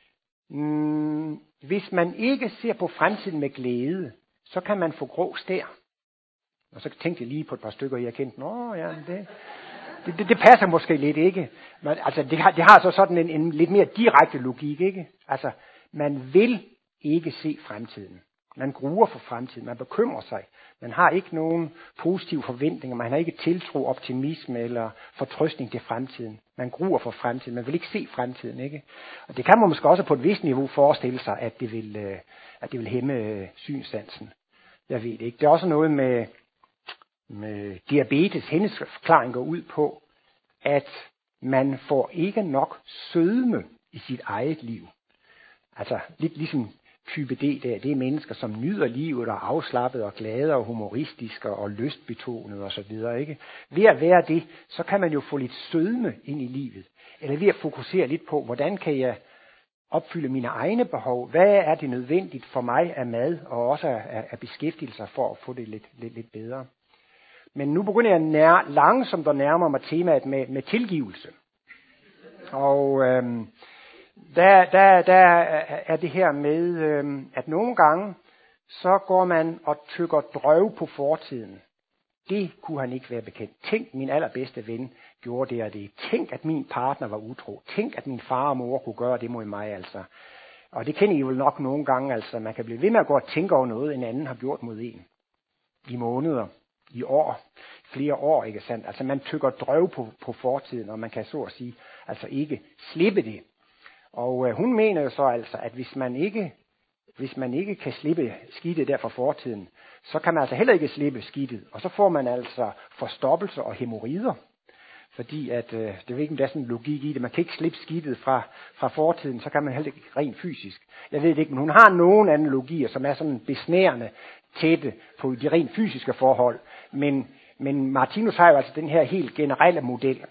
Mm, hvis man ikke ser på fremtiden med glæde, så kan man få grå stær. Og så tænkte jeg lige på et par stykker, jeg kendte. Nå ja, det, det, det, det passer måske lidt ikke. Men, altså, det har, det har så sådan en, en lidt mere direkte logik, ikke? Altså, man vil ikke se fremtiden. Man gruer for fremtiden, man bekymrer sig. Man har ikke nogen positive forventninger, man har ikke tiltro, optimisme eller fortrøstning til fremtiden. Man gruer for fremtiden, man vil ikke se fremtiden, ikke? Og det kan man måske også på et vist niveau forestille sig, at det vil, at det vil hæmme synssansen. Jeg ved ikke. Det er også noget med, med diabetes. Hendes forklaring går ud på, at man får ikke nok sødme i sit eget liv. Altså lidt ligesom type D, der, det er mennesker, som nyder livet og er afslappet og glade og humoristiske og lystbetonet og så videre, ikke? Ved at være det, så kan man jo få lidt sødme ind i livet. Eller ved at fokusere lidt på, hvordan kan jeg opfylde mine egne behov? Hvad er det nødvendigt for mig af mad og også af, af beskæftigelser for at få det lidt, lidt, lidt bedre? Men nu begynder jeg nær, langsomt at nærme mig temaet med, med tilgivelse. Og øhm, Der, der, der er det her med, øh, at nogle gange, så går man og tykker drøv på fortiden. Det kunne han ikke være bekendt. Tænk, min allerbedste ven gjorde det og det. Tænk, at min partner var utro. Tænk, at min far og mor kunne gøre det mod mig, altså. Og det kender I vel nok nogle gange, altså. Man kan blive ved med at gå og tænke over noget, en anden har gjort mod en. I måneder, i år, flere år, ikke sandt? Altså, man tykker drøv på, på fortiden, og man kan så at sige, altså ikke slippe det. Og øh, hun mener jo så altså, at hvis man ikke, hvis man ikke kan slippe skidtet der fra fortiden, så kan man altså heller ikke slippe skidtet. Og så får man altså forstoppelse og hæmorider. Fordi at, øh, det ved ikke, om der er sådan en logik i det. Man kan ikke slippe skidtet fra, fra fortiden, så kan man heller ikke rent fysisk. Jeg ved det ikke, men hun har nogle analogier, som er sådan besnærende tætte på de rent fysiske forhold. Men, men Martinus har jo altså den her helt generelle model.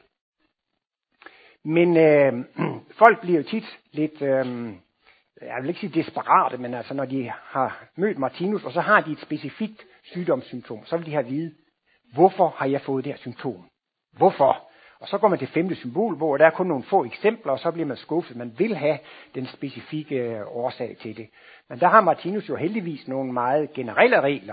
Men øh, folk bliver jo tit lidt, øh, jeg vil ikke sige desperate, men altså når de har mødt Martinus, og så har de et specifikt sygdomssymptom, så vil de have at vide, hvorfor har jeg fået det her symptom? Hvorfor? Og så går man til femte symbol, hvor der er kun nogle få eksempler, og så bliver man skuffet. Man vil have den specifikke årsag til det. Men der har Martinus jo heldigvis nogle meget generelle regler.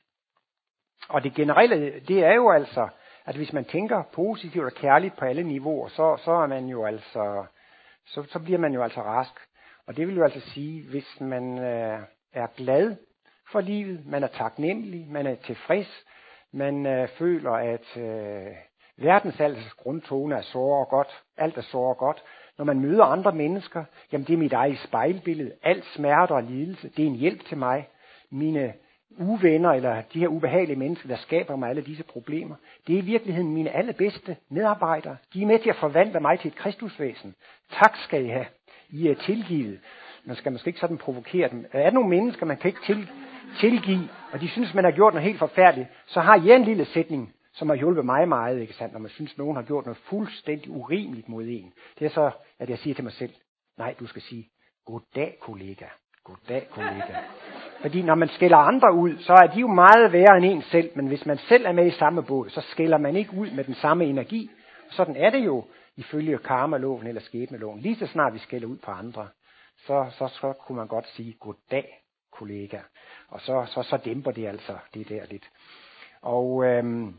Og det generelle, det er jo altså, at hvis man tænker positivt og kærligt på alle niveauer, så, så er man jo altså, så, så bliver man jo altså rask. Og det vil jo altså sige, hvis man øh, er glad for livet, man er taknemmelig, man er tilfreds, Man øh, føler, at øh, verdens alts grundtone er såre og godt. Alt er såre og godt. Når man møder andre mennesker, jamen det er mit eget spejlbillede. Alt smerte og lidelse, det er en hjælp til mig. Mine uvenner eller de her ubehagelige mennesker, der skaber mig alle disse problemer, det er i virkeligheden mine allerbedste medarbejdere. De er med til at forvandle mig til et kristusvæsen. Tak skal I have. I er tilgivet. Man skal måske ikke sådan provokere dem. Er der nogle mennesker, man kan ikke til, tilgive, og de synes, man har gjort noget helt forfærdeligt, så har jeg en lille sætning, som har hjulpet mig meget, ikke sandt, når man synes, nogen har gjort noget fuldstændig urimeligt mod en. Det er så, at jeg siger til mig selv, nej, du skal sige, goddag kollega, goddag kollega. Fordi når man skælder andre ud, så er de jo meget værre end en selv, men hvis man selv er med i samme båd, så skælder man ikke ud med den samme energi. Sådan er det jo ifølge karmaloven eller skæbneloven. Lige så snart vi skælder ud på andre, så, så, så kunne man godt sige, goddag kollega. Og så, så, så dæmper det altså det der lidt. Og øhm,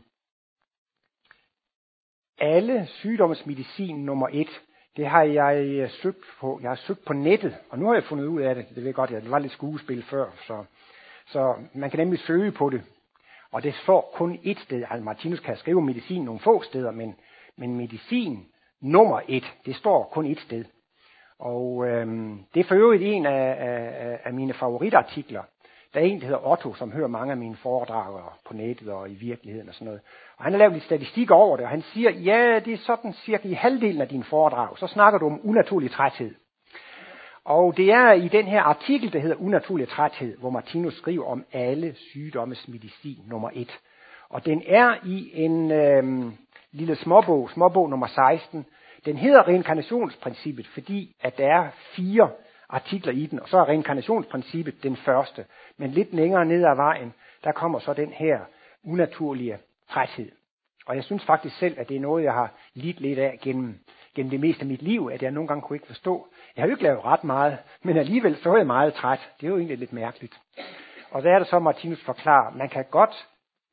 alle sygdommens medicin nummer et, det har jeg søgt på. Jeg har søgt på nettet, og nu har jeg fundet ud af det. Det ved jeg godt, det var lidt skuespil før, så, så man kan nemlig søge på det. Og det står kun et sted. Altså Martinus kan skrive medicin nogle få steder, men, men medicin nummer et, det står kun et sted. Og øhm, det er for øvrigt en af, af, af mine favoritartikler. Der er en, der hedder Otto, som hører mange af mine foredrag på nettet og i virkeligheden og sådan noget. Og han har lavet lidt statistik over det, og han siger, ja, det er sådan cirka i halvdelen af dine foredrag, så snakker du om unaturlig træthed. Og det er i den her artikel, der hedder Unaturlig træthed, hvor Martinus skriver om alle sygdommes medicin nummer et. Og den er i en øhm, lille småbog, småbog nummer seksten. Den hedder Reinkarnationsprincippet, fordi at der er fire artikler i den, og så er reinkarnationsprincippet den første. Men lidt længere ned ad vejen, der kommer så den her unaturlige træthed. Og jeg synes faktisk selv, at det er noget, jeg har lidt lidt af gennem, gennem det meste af mit liv, at jeg nogle gange kunne ikke forstå. Jeg har jo ikke lavet ret meget, men alligevel så er jeg meget træt. Det er jo egentlig lidt mærkeligt. Og så er det så, Martinus forklarer, man kan godt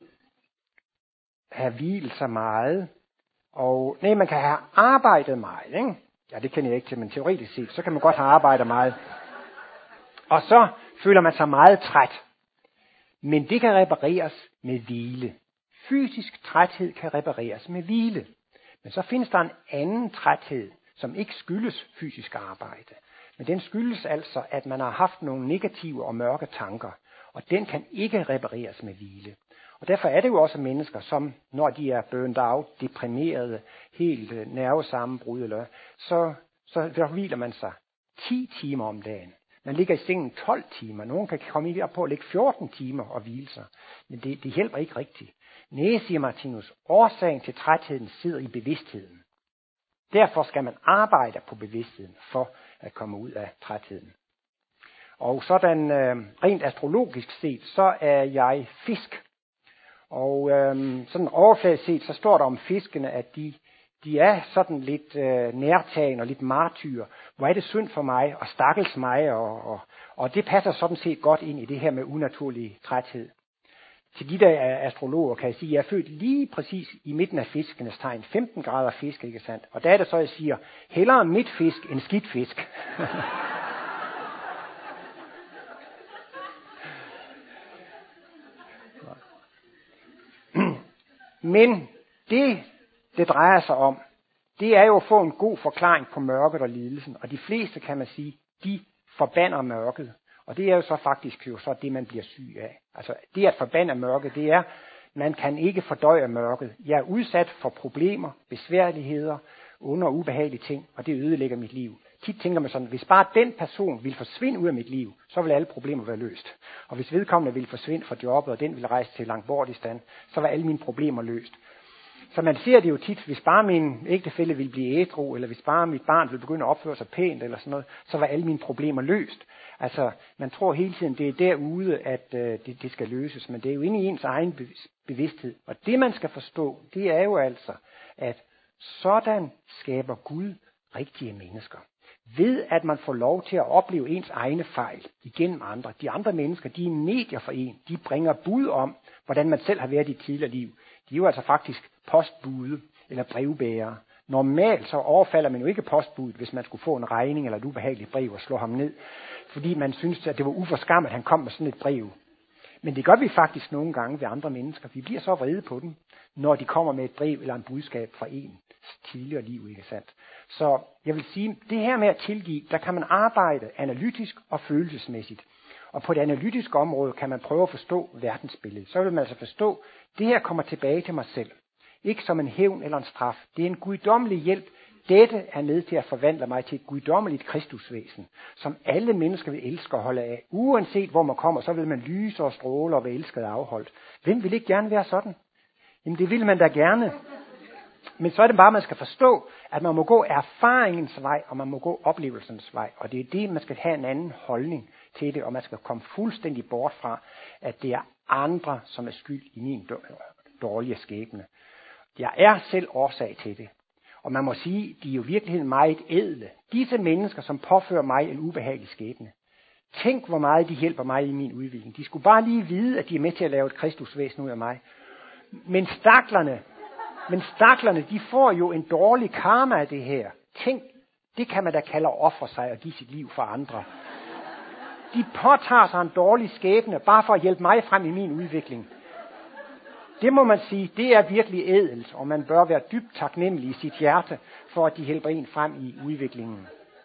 have hvilet sig meget, og nej, man kan have arbejdet meget, ikke? Ja, det kender jeg ikke til, men teoretisk set, så kan man godt have arbejdet meget. Og så føler man sig meget træt. Men det kan repareres med hvile. Fysisk træthed kan repareres med hvile. Men så findes der en anden træthed, som ikke skyldes fysisk arbejde. Men den skyldes altså, at man har haft nogle negative og mørke tanker. Og den kan ikke repareres med hvile. Og derfor er det jo også mennesker, som når de er burned out, deprimerede, helt nervesammenbrud, eller, så, så der hviler man sig ti timer om dagen. Man ligger i sengen tolv timer. Nogen kan komme op på at ligge fjorten timer og hvile sig. Men det, det hjælper ikke rigtigt. Næh, siger Martinus, årsagen til trætheden sidder i bevidstheden. Derfor skal man arbejde på bevidstheden for at komme ud af trætheden. Og sådan øh, rent astrologisk set, så er jeg fisk. Og øhm, sådan overfladisk set, så står der om fiskene, at de, de er sådan lidt øh, nærtagende og lidt martyr. Hvor er det synd for mig, og stakkels mig, og, og, og det passer sådan set godt ind i det her med unaturlig træthed. Til de der er astrologer kan jeg sige, at jeg er født lige præcis i midten af fiskenes tegn, femten grader fisk, ikke sandt? Og der er det så, jeg siger, hellere midt fisk end skidt fisk. Men det, det drejer sig om, det er jo at få en god forklaring på mørket og lidelsen. Og de fleste, kan man sige, de forbander mørket. Og det er jo så faktisk jo så det, man bliver syg af. Altså det at forbande mørket, det er, man kan ikke fordøje mørket. Jeg er udsat for problemer, besværligheder, under ubehagelige ting, og det ødelægger mit liv. Tit tænker man sådan, hvis bare den person vil forsvinde ud af mit liv, så vil alle problemer være løst. Og hvis vedkommende vil forsvinde fra jobbet, og den vil rejse til langt bort i stand, så var alle mine problemer løst. Så man ser det jo tit, hvis bare min ægtefælle vil blive ædru, eller hvis bare mit barn vil begynde at opføre sig pænt, eller sådan noget, så var alle mine problemer løst. Altså, man tror hele tiden, det er derude, at øh, det, det skal løses, men det er jo inde i ens egen bevidsthed. Og det, man skal forstå, det er jo altså, at sådan skaber Gud rigtige mennesker. Ved at man får lov til at opleve ens egne fejl igennem andre. De andre mennesker, de er medier for en. De bringer bud om, hvordan man selv har været i et tidligere liv. De er jo altså faktisk postbude eller brevbærere. Normalt så overfalder man jo ikke postbuddet, hvis man skulle få en regning eller et ubehageligt brev og slå ham ned. Fordi man synes, at det var uforskammet, at han kom med sådan et brev. Men det gør vi faktisk nogle gange ved andre mennesker. Vi bliver så vrede på dem, når de kommer med et brev eller en budskab fra en tidligere liv, ikke sandt? Så jeg vil sige, det her med at tilgive, der kan man arbejde analytisk og følelsesmæssigt. Og på det analytiske område kan man prøve at forstå verdensbilledet. Så vil man altså forstå, det her kommer tilbage til mig selv. Ikke som en hævn eller en straf. Det er en guddommelig hjælp. Dette er med til at forvandle mig til et guddommeligt kristusvæsen, som alle mennesker vil elske og holde af. Uanset hvor man kommer, så vil man lyse og stråle og være elsket og afholdt. Hvem vil ikke gerne være sådan? Jamen det vil man da gerne. Men så er det bare, at man skal forstå, at man må gå erfaringens vej, og man må gå oplevelsens vej. Og det er det, man skal have en anden holdning til det, og man skal komme fuldstændig bort fra, at det er andre, som er skyld i min dårlige skæbne. Jeg er selv årsag til det. Og man må sige, de er jo i virkeligheden meget ædle. Disse mennesker, som påfører mig en ubehagelig skæbne. Tænk, hvor meget de hjælper mig i min udvikling. De skulle bare lige vide, at de er med til at lave et kristusvæsen ud af mig. Men staklerne, men staklerne, de får jo en dårlig karma af det her. Tænk, det kan man da kalde at ofre sig og give sit liv for andre. De påtager sig en dårlig skæbne, bare for at hjælpe mig frem i min udvikling. Det må man sige, det er virkelig ædelt, og man bør være dybt taknemmelig i sit hjerte, for at de hjælper en frem i udviklingen.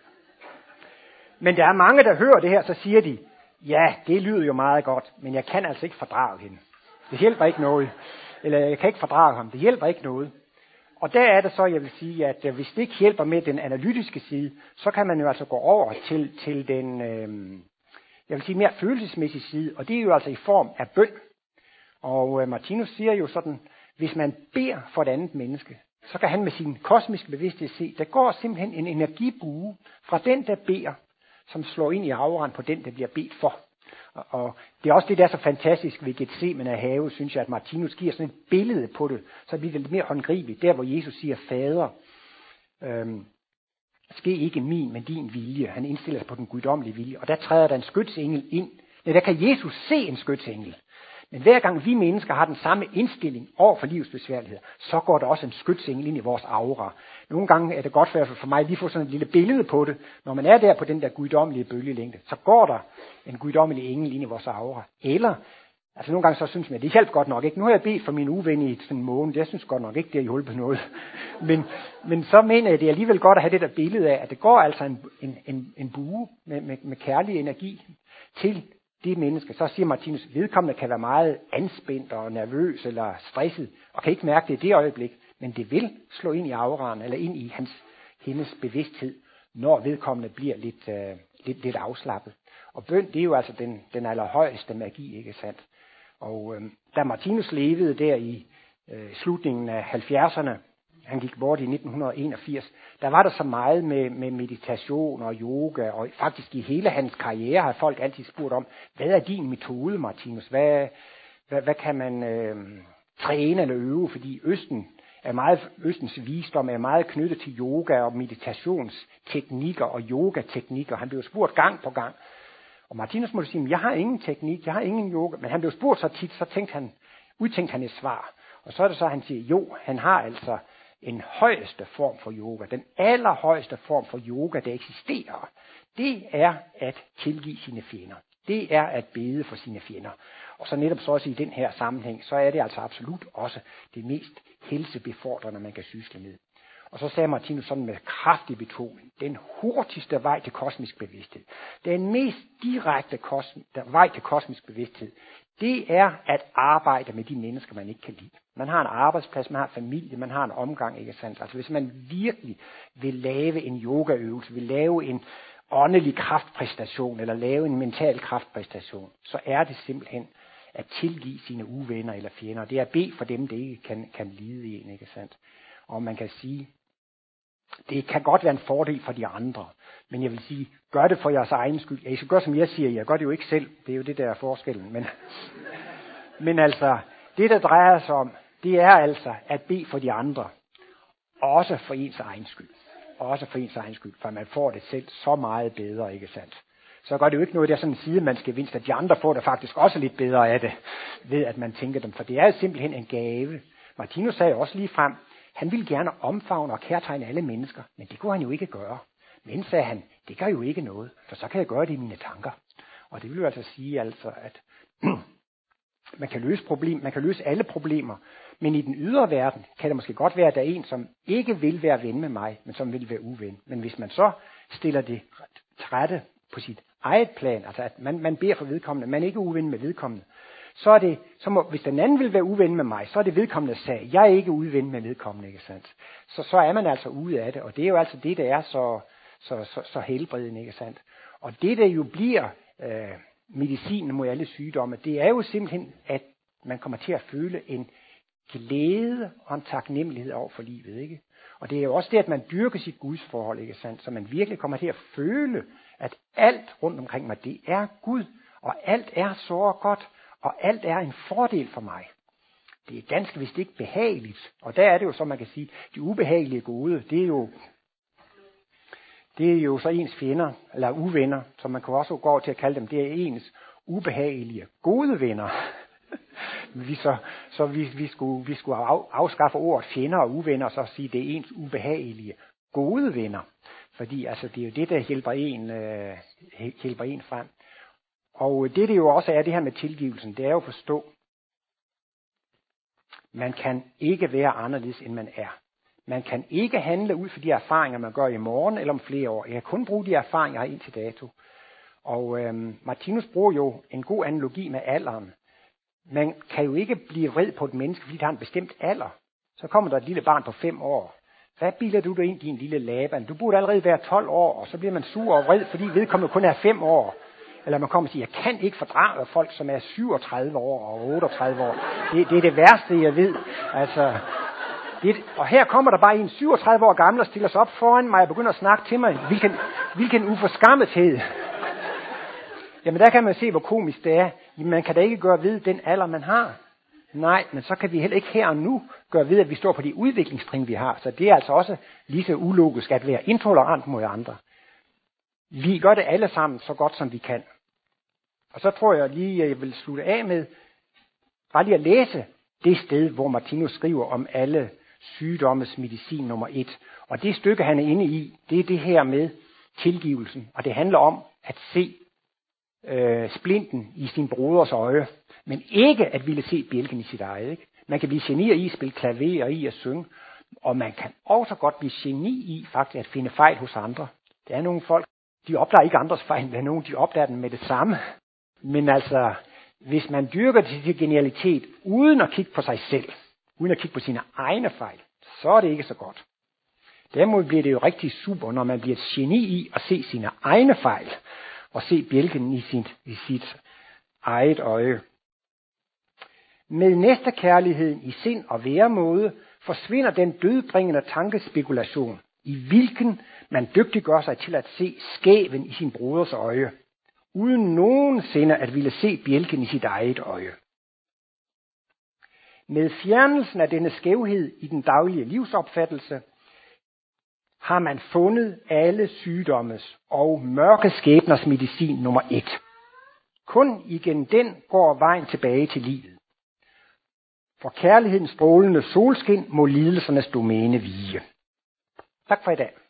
Men der er mange, der hører det her, så siger de, ja, det lyder jo meget godt, men jeg kan altså ikke fordrage hende. Det hjælper ikke noget. Eller jeg kan ikke fordrage ham, det hjælper ikke noget. Og der er det så, jeg vil sige, at hvis det ikke hjælper med den analytiske side, så kan man jo altså gå over til, til den, øh, jeg vil sige, mere følelsesmæssige side, og det er jo altså i form af bøn. Og øh, Martinus siger jo sådan, hvis man beder for et andet menneske, så kan han med sin kosmiske bevidsthed se, der går simpelthen en energibue fra den, der beder, som slår ind i auraen på den, der bliver bedt for. Og, og det er også det, der er så fantastisk ved Getsemane af have, synes jeg, at Martinus giver sådan et billede på det, så bliver det lidt mere håndgribeligt. Der, hvor Jesus siger, fader, øhm, ske ikke min, men din vilje. Han indstiller sig på den guddommelige vilje. Og der træder der en skytsengel ind. Ja, der kan Jesus se en skytsengel. Men hver gang vi mennesker har den samme indstilling over for livets besværligheder, så går der også en skytsengel ind i vores aura. Nogle gange er det godt for, for mig lige at få sådan et lille billede på det. Når man er der på den der guddommelige bølgelængde, så går der en guddommelig engel ind i vores aura. Eller, altså nogle gange så synes man, det hjælper godt nok ikke. Nu har jeg bedt for min uven i sådan en måned, jeg synes godt nok ikke, det har hjulpet noget. Men, men så mener jeg, det er alligevel godt at have det der billede af, at det går altså en, en, en, en bue med, med, med kærlig energi til det menneske. Så siger Martinus, vedkommende kan være meget anspændt og nervøs eller stresset, og kan ikke mærke det i det øjeblik, men det vil slå ind i auraen, eller ind i hans, hendes bevidsthed, når vedkommende bliver lidt, øh, lidt, lidt afslappet. Og bøn, det er jo altså den, den allerhøjeste magi, ikke sandt? Og øh, da Martinus levede der i øh, slutningen af halvfjerdserne, han gik bort i nitten enogfirs, der var der så meget med, med meditation og yoga, og faktisk i hele hans karriere har folk altid spurgt om, hvad er din metode, Martinus? Hvad, hvad, hvad kan man øh, træne eller øve? Fordi Østen er meget, Østens visdom er meget knyttet til yoga og meditationsteknikker og yogateknikker. Han blev spurgt gang på gang. Og Martinus måtte sige, jeg har ingen teknik, jeg har ingen yoga. Men han blev spurgt så tit, så tænkte han, udtænkte han et svar. Og så er det så, han siger, jo, han har altså en højeste form for yoga. Den allerhøjeste form for yoga, der eksisterer, det er at tilgive sine fjender. Det er at bede for sine fjender. Og så netop så også i den her sammenhæng, så er det altså absolut også det mest helsebefordrende, man kan sysle med. Og så sagde Martinus sådan med kraftig betoning, den hurtigste vej til kosmisk bevidsthed, den mest direkte kosm- vej til kosmisk bevidsthed, det er at arbejde med de mennesker, man ikke kan lide. Man har en arbejdsplads, man har familie, man har en omgang, ikke sandt? Altså hvis man virkelig vil lave en yogaøvelse, vil lave en åndelig kraftpræstation, eller lave en mental kraftpræstation, så er det simpelthen at tilgive sine uvenner eller fjender. Det er at bede for dem, der ikke kan, kan lide en, ikke sandt? Og man kan sige, det kan godt være en fordel for de andre, men jeg vil sige, gør det for jeres egen skyld. Ja, I skal gøre, som jeg siger, jeg gør det jo ikke selv. Det er jo det, der er forskellen. Men, men altså, det der drejer sig om, det er altså at bede for de andre. Også for ens egen skyld. Også for ens egen skyld, for man får det selv så meget bedre, ikke sandt? Så gør det jo ikke noget, der er sådan en sidemandsgevinst, at de andre får det faktisk også lidt bedre af det, ved at man tænker dem. For det er simpelthen en gave. Martinus sagde også lige frem, han ville gerne omfavne og kærtegne alle mennesker, men det kunne han jo ikke gøre. Men sagde han, det gør jo ikke noget, for så kan jeg gøre det i mine tanker. Og det vil jo altså sige, altså, at man kan løse problem, man kan løse alle problemer, men i den ydre verden kan det måske godt være, at der er en, som ikke vil være ven med mig, men som vil være uven. Men hvis man så stiller det trætte på sit eget plan, altså at man, man beder for vedkommende, man er ikke uven med vedkommende, så er det, så må, hvis den anden vil være uven med mig, så er det vedkommende sag. Jeg er ikke uven med vedkommende, ikke sandt? Så, så er man altså ude af det, og det er jo altså det, der er så, så, så, så helbredende, ikke sandt? Og det, der jo bliver øh, medicinen mod alle sygdomme, det er jo simpelthen, at man kommer til at føle en glæde og en taknemmelighed over for livet, ikke? Og det er jo også det, at man dyrker sit gudsforhold, ikke sandt? Så man virkelig kommer til at føle, at alt rundt omkring mig, det er Gud, og alt er så godt, og alt er en fordel for mig. Det er ganske vist ikke behageligt, og der er det jo, som man kan sige, de ubehagelige gode, det er jo, det er jo så ens fjender, eller uvenner, som man kan også gå over til at kalde dem, det er ens ubehagelige gode venner. vi så så vi, vi skulle, vi skulle af, afskaffe ordet fjender og uvenner, og så sige, det er ens ubehagelige gode venner. Fordi altså, det er jo det, der hjælper en, øh, hjælper en frem. Og det, det jo også er, det her med tilgivelsen, det er jo at forstå, man kan ikke være anderledes, end man er. Man kan ikke handle ud for de erfaringer, man gør i morgen eller om flere år. Jeg kan kun bruge de erfaringer, jeg har indtil dato. Og øhm, Martinus bruger jo en god analogi med alderen. Man kan jo ikke blive vred på et menneske, fordi det har en bestemt alder. Så kommer der et lille barn på fem år. Hvad bilder du dig ind, din lille Laban? Du burde allerede være tolv år, og så bliver man sur og vred, fordi vedkommende kun er fem år. Eller man kommer og siger, jeg kan ikke fordrage folk, som er syvogtredive år og otteogtredive år. Det, det er det værste, jeg ved. Altså, det, og her kommer der bare en syvogtredive år gammel og stiller sig op foran mig og begynder at snakke til mig. Hvilken, hvilken uforskammethed. Jamen der kan man se, hvor komisk det er. Jamen, man kan da ikke gøre ved den alder, man har. Nej, men så kan vi heller ikke her og nu gøre ved, at vi står på de udviklingstrin, vi har. Så det er altså også lige så ulogisk at være intolerant mod andre. Vi gør det alle sammen så godt, som vi kan. Og så tror jeg lige, at jeg vil slutte af med bare lige at læse det sted, hvor Martinus skriver om alle sygdommes medicin nummer et. Og det stykke, han er inde i, det er det her med tilgivelsen. Og det handler om at se øh, splinten i sin broders øje, men ikke at ville se bjælken i sit eget. Ikke? Man kan blive geni i at spille klaver og i at synge, og man kan også godt blive geni i faktisk at finde fejl hos andre. Der er nogle folk, de opdager ikke andres fejl, der er nogen, de opdager den med det samme. Men altså, hvis man dyrker til genialitet uden at kigge på sig selv, uden at kigge på sine egne fejl, så er det ikke så godt. Derimod bliver det jo rigtig super, når man bliver et geni i at se sine egne fejl, og se bjælken i sit, i sit eget øje. Med næstekærligheden i sind og væremåde forsvinder den dødbringende tankespekulation, i hvilken man dygtiggør sig til at se skæven i sin broders øje, uden nogensinde at ville se bjælken i sit eget øje. Med fjernelsen af denne skævhed i den daglige livsopfattelse, har man fundet alle sygdommes og mørke skæbners medicin nummer et. Kun igen den går vejen tilbage til livet. For kærlighedens strålende solskin må lidelsernes domæne vige. Tak for i dag.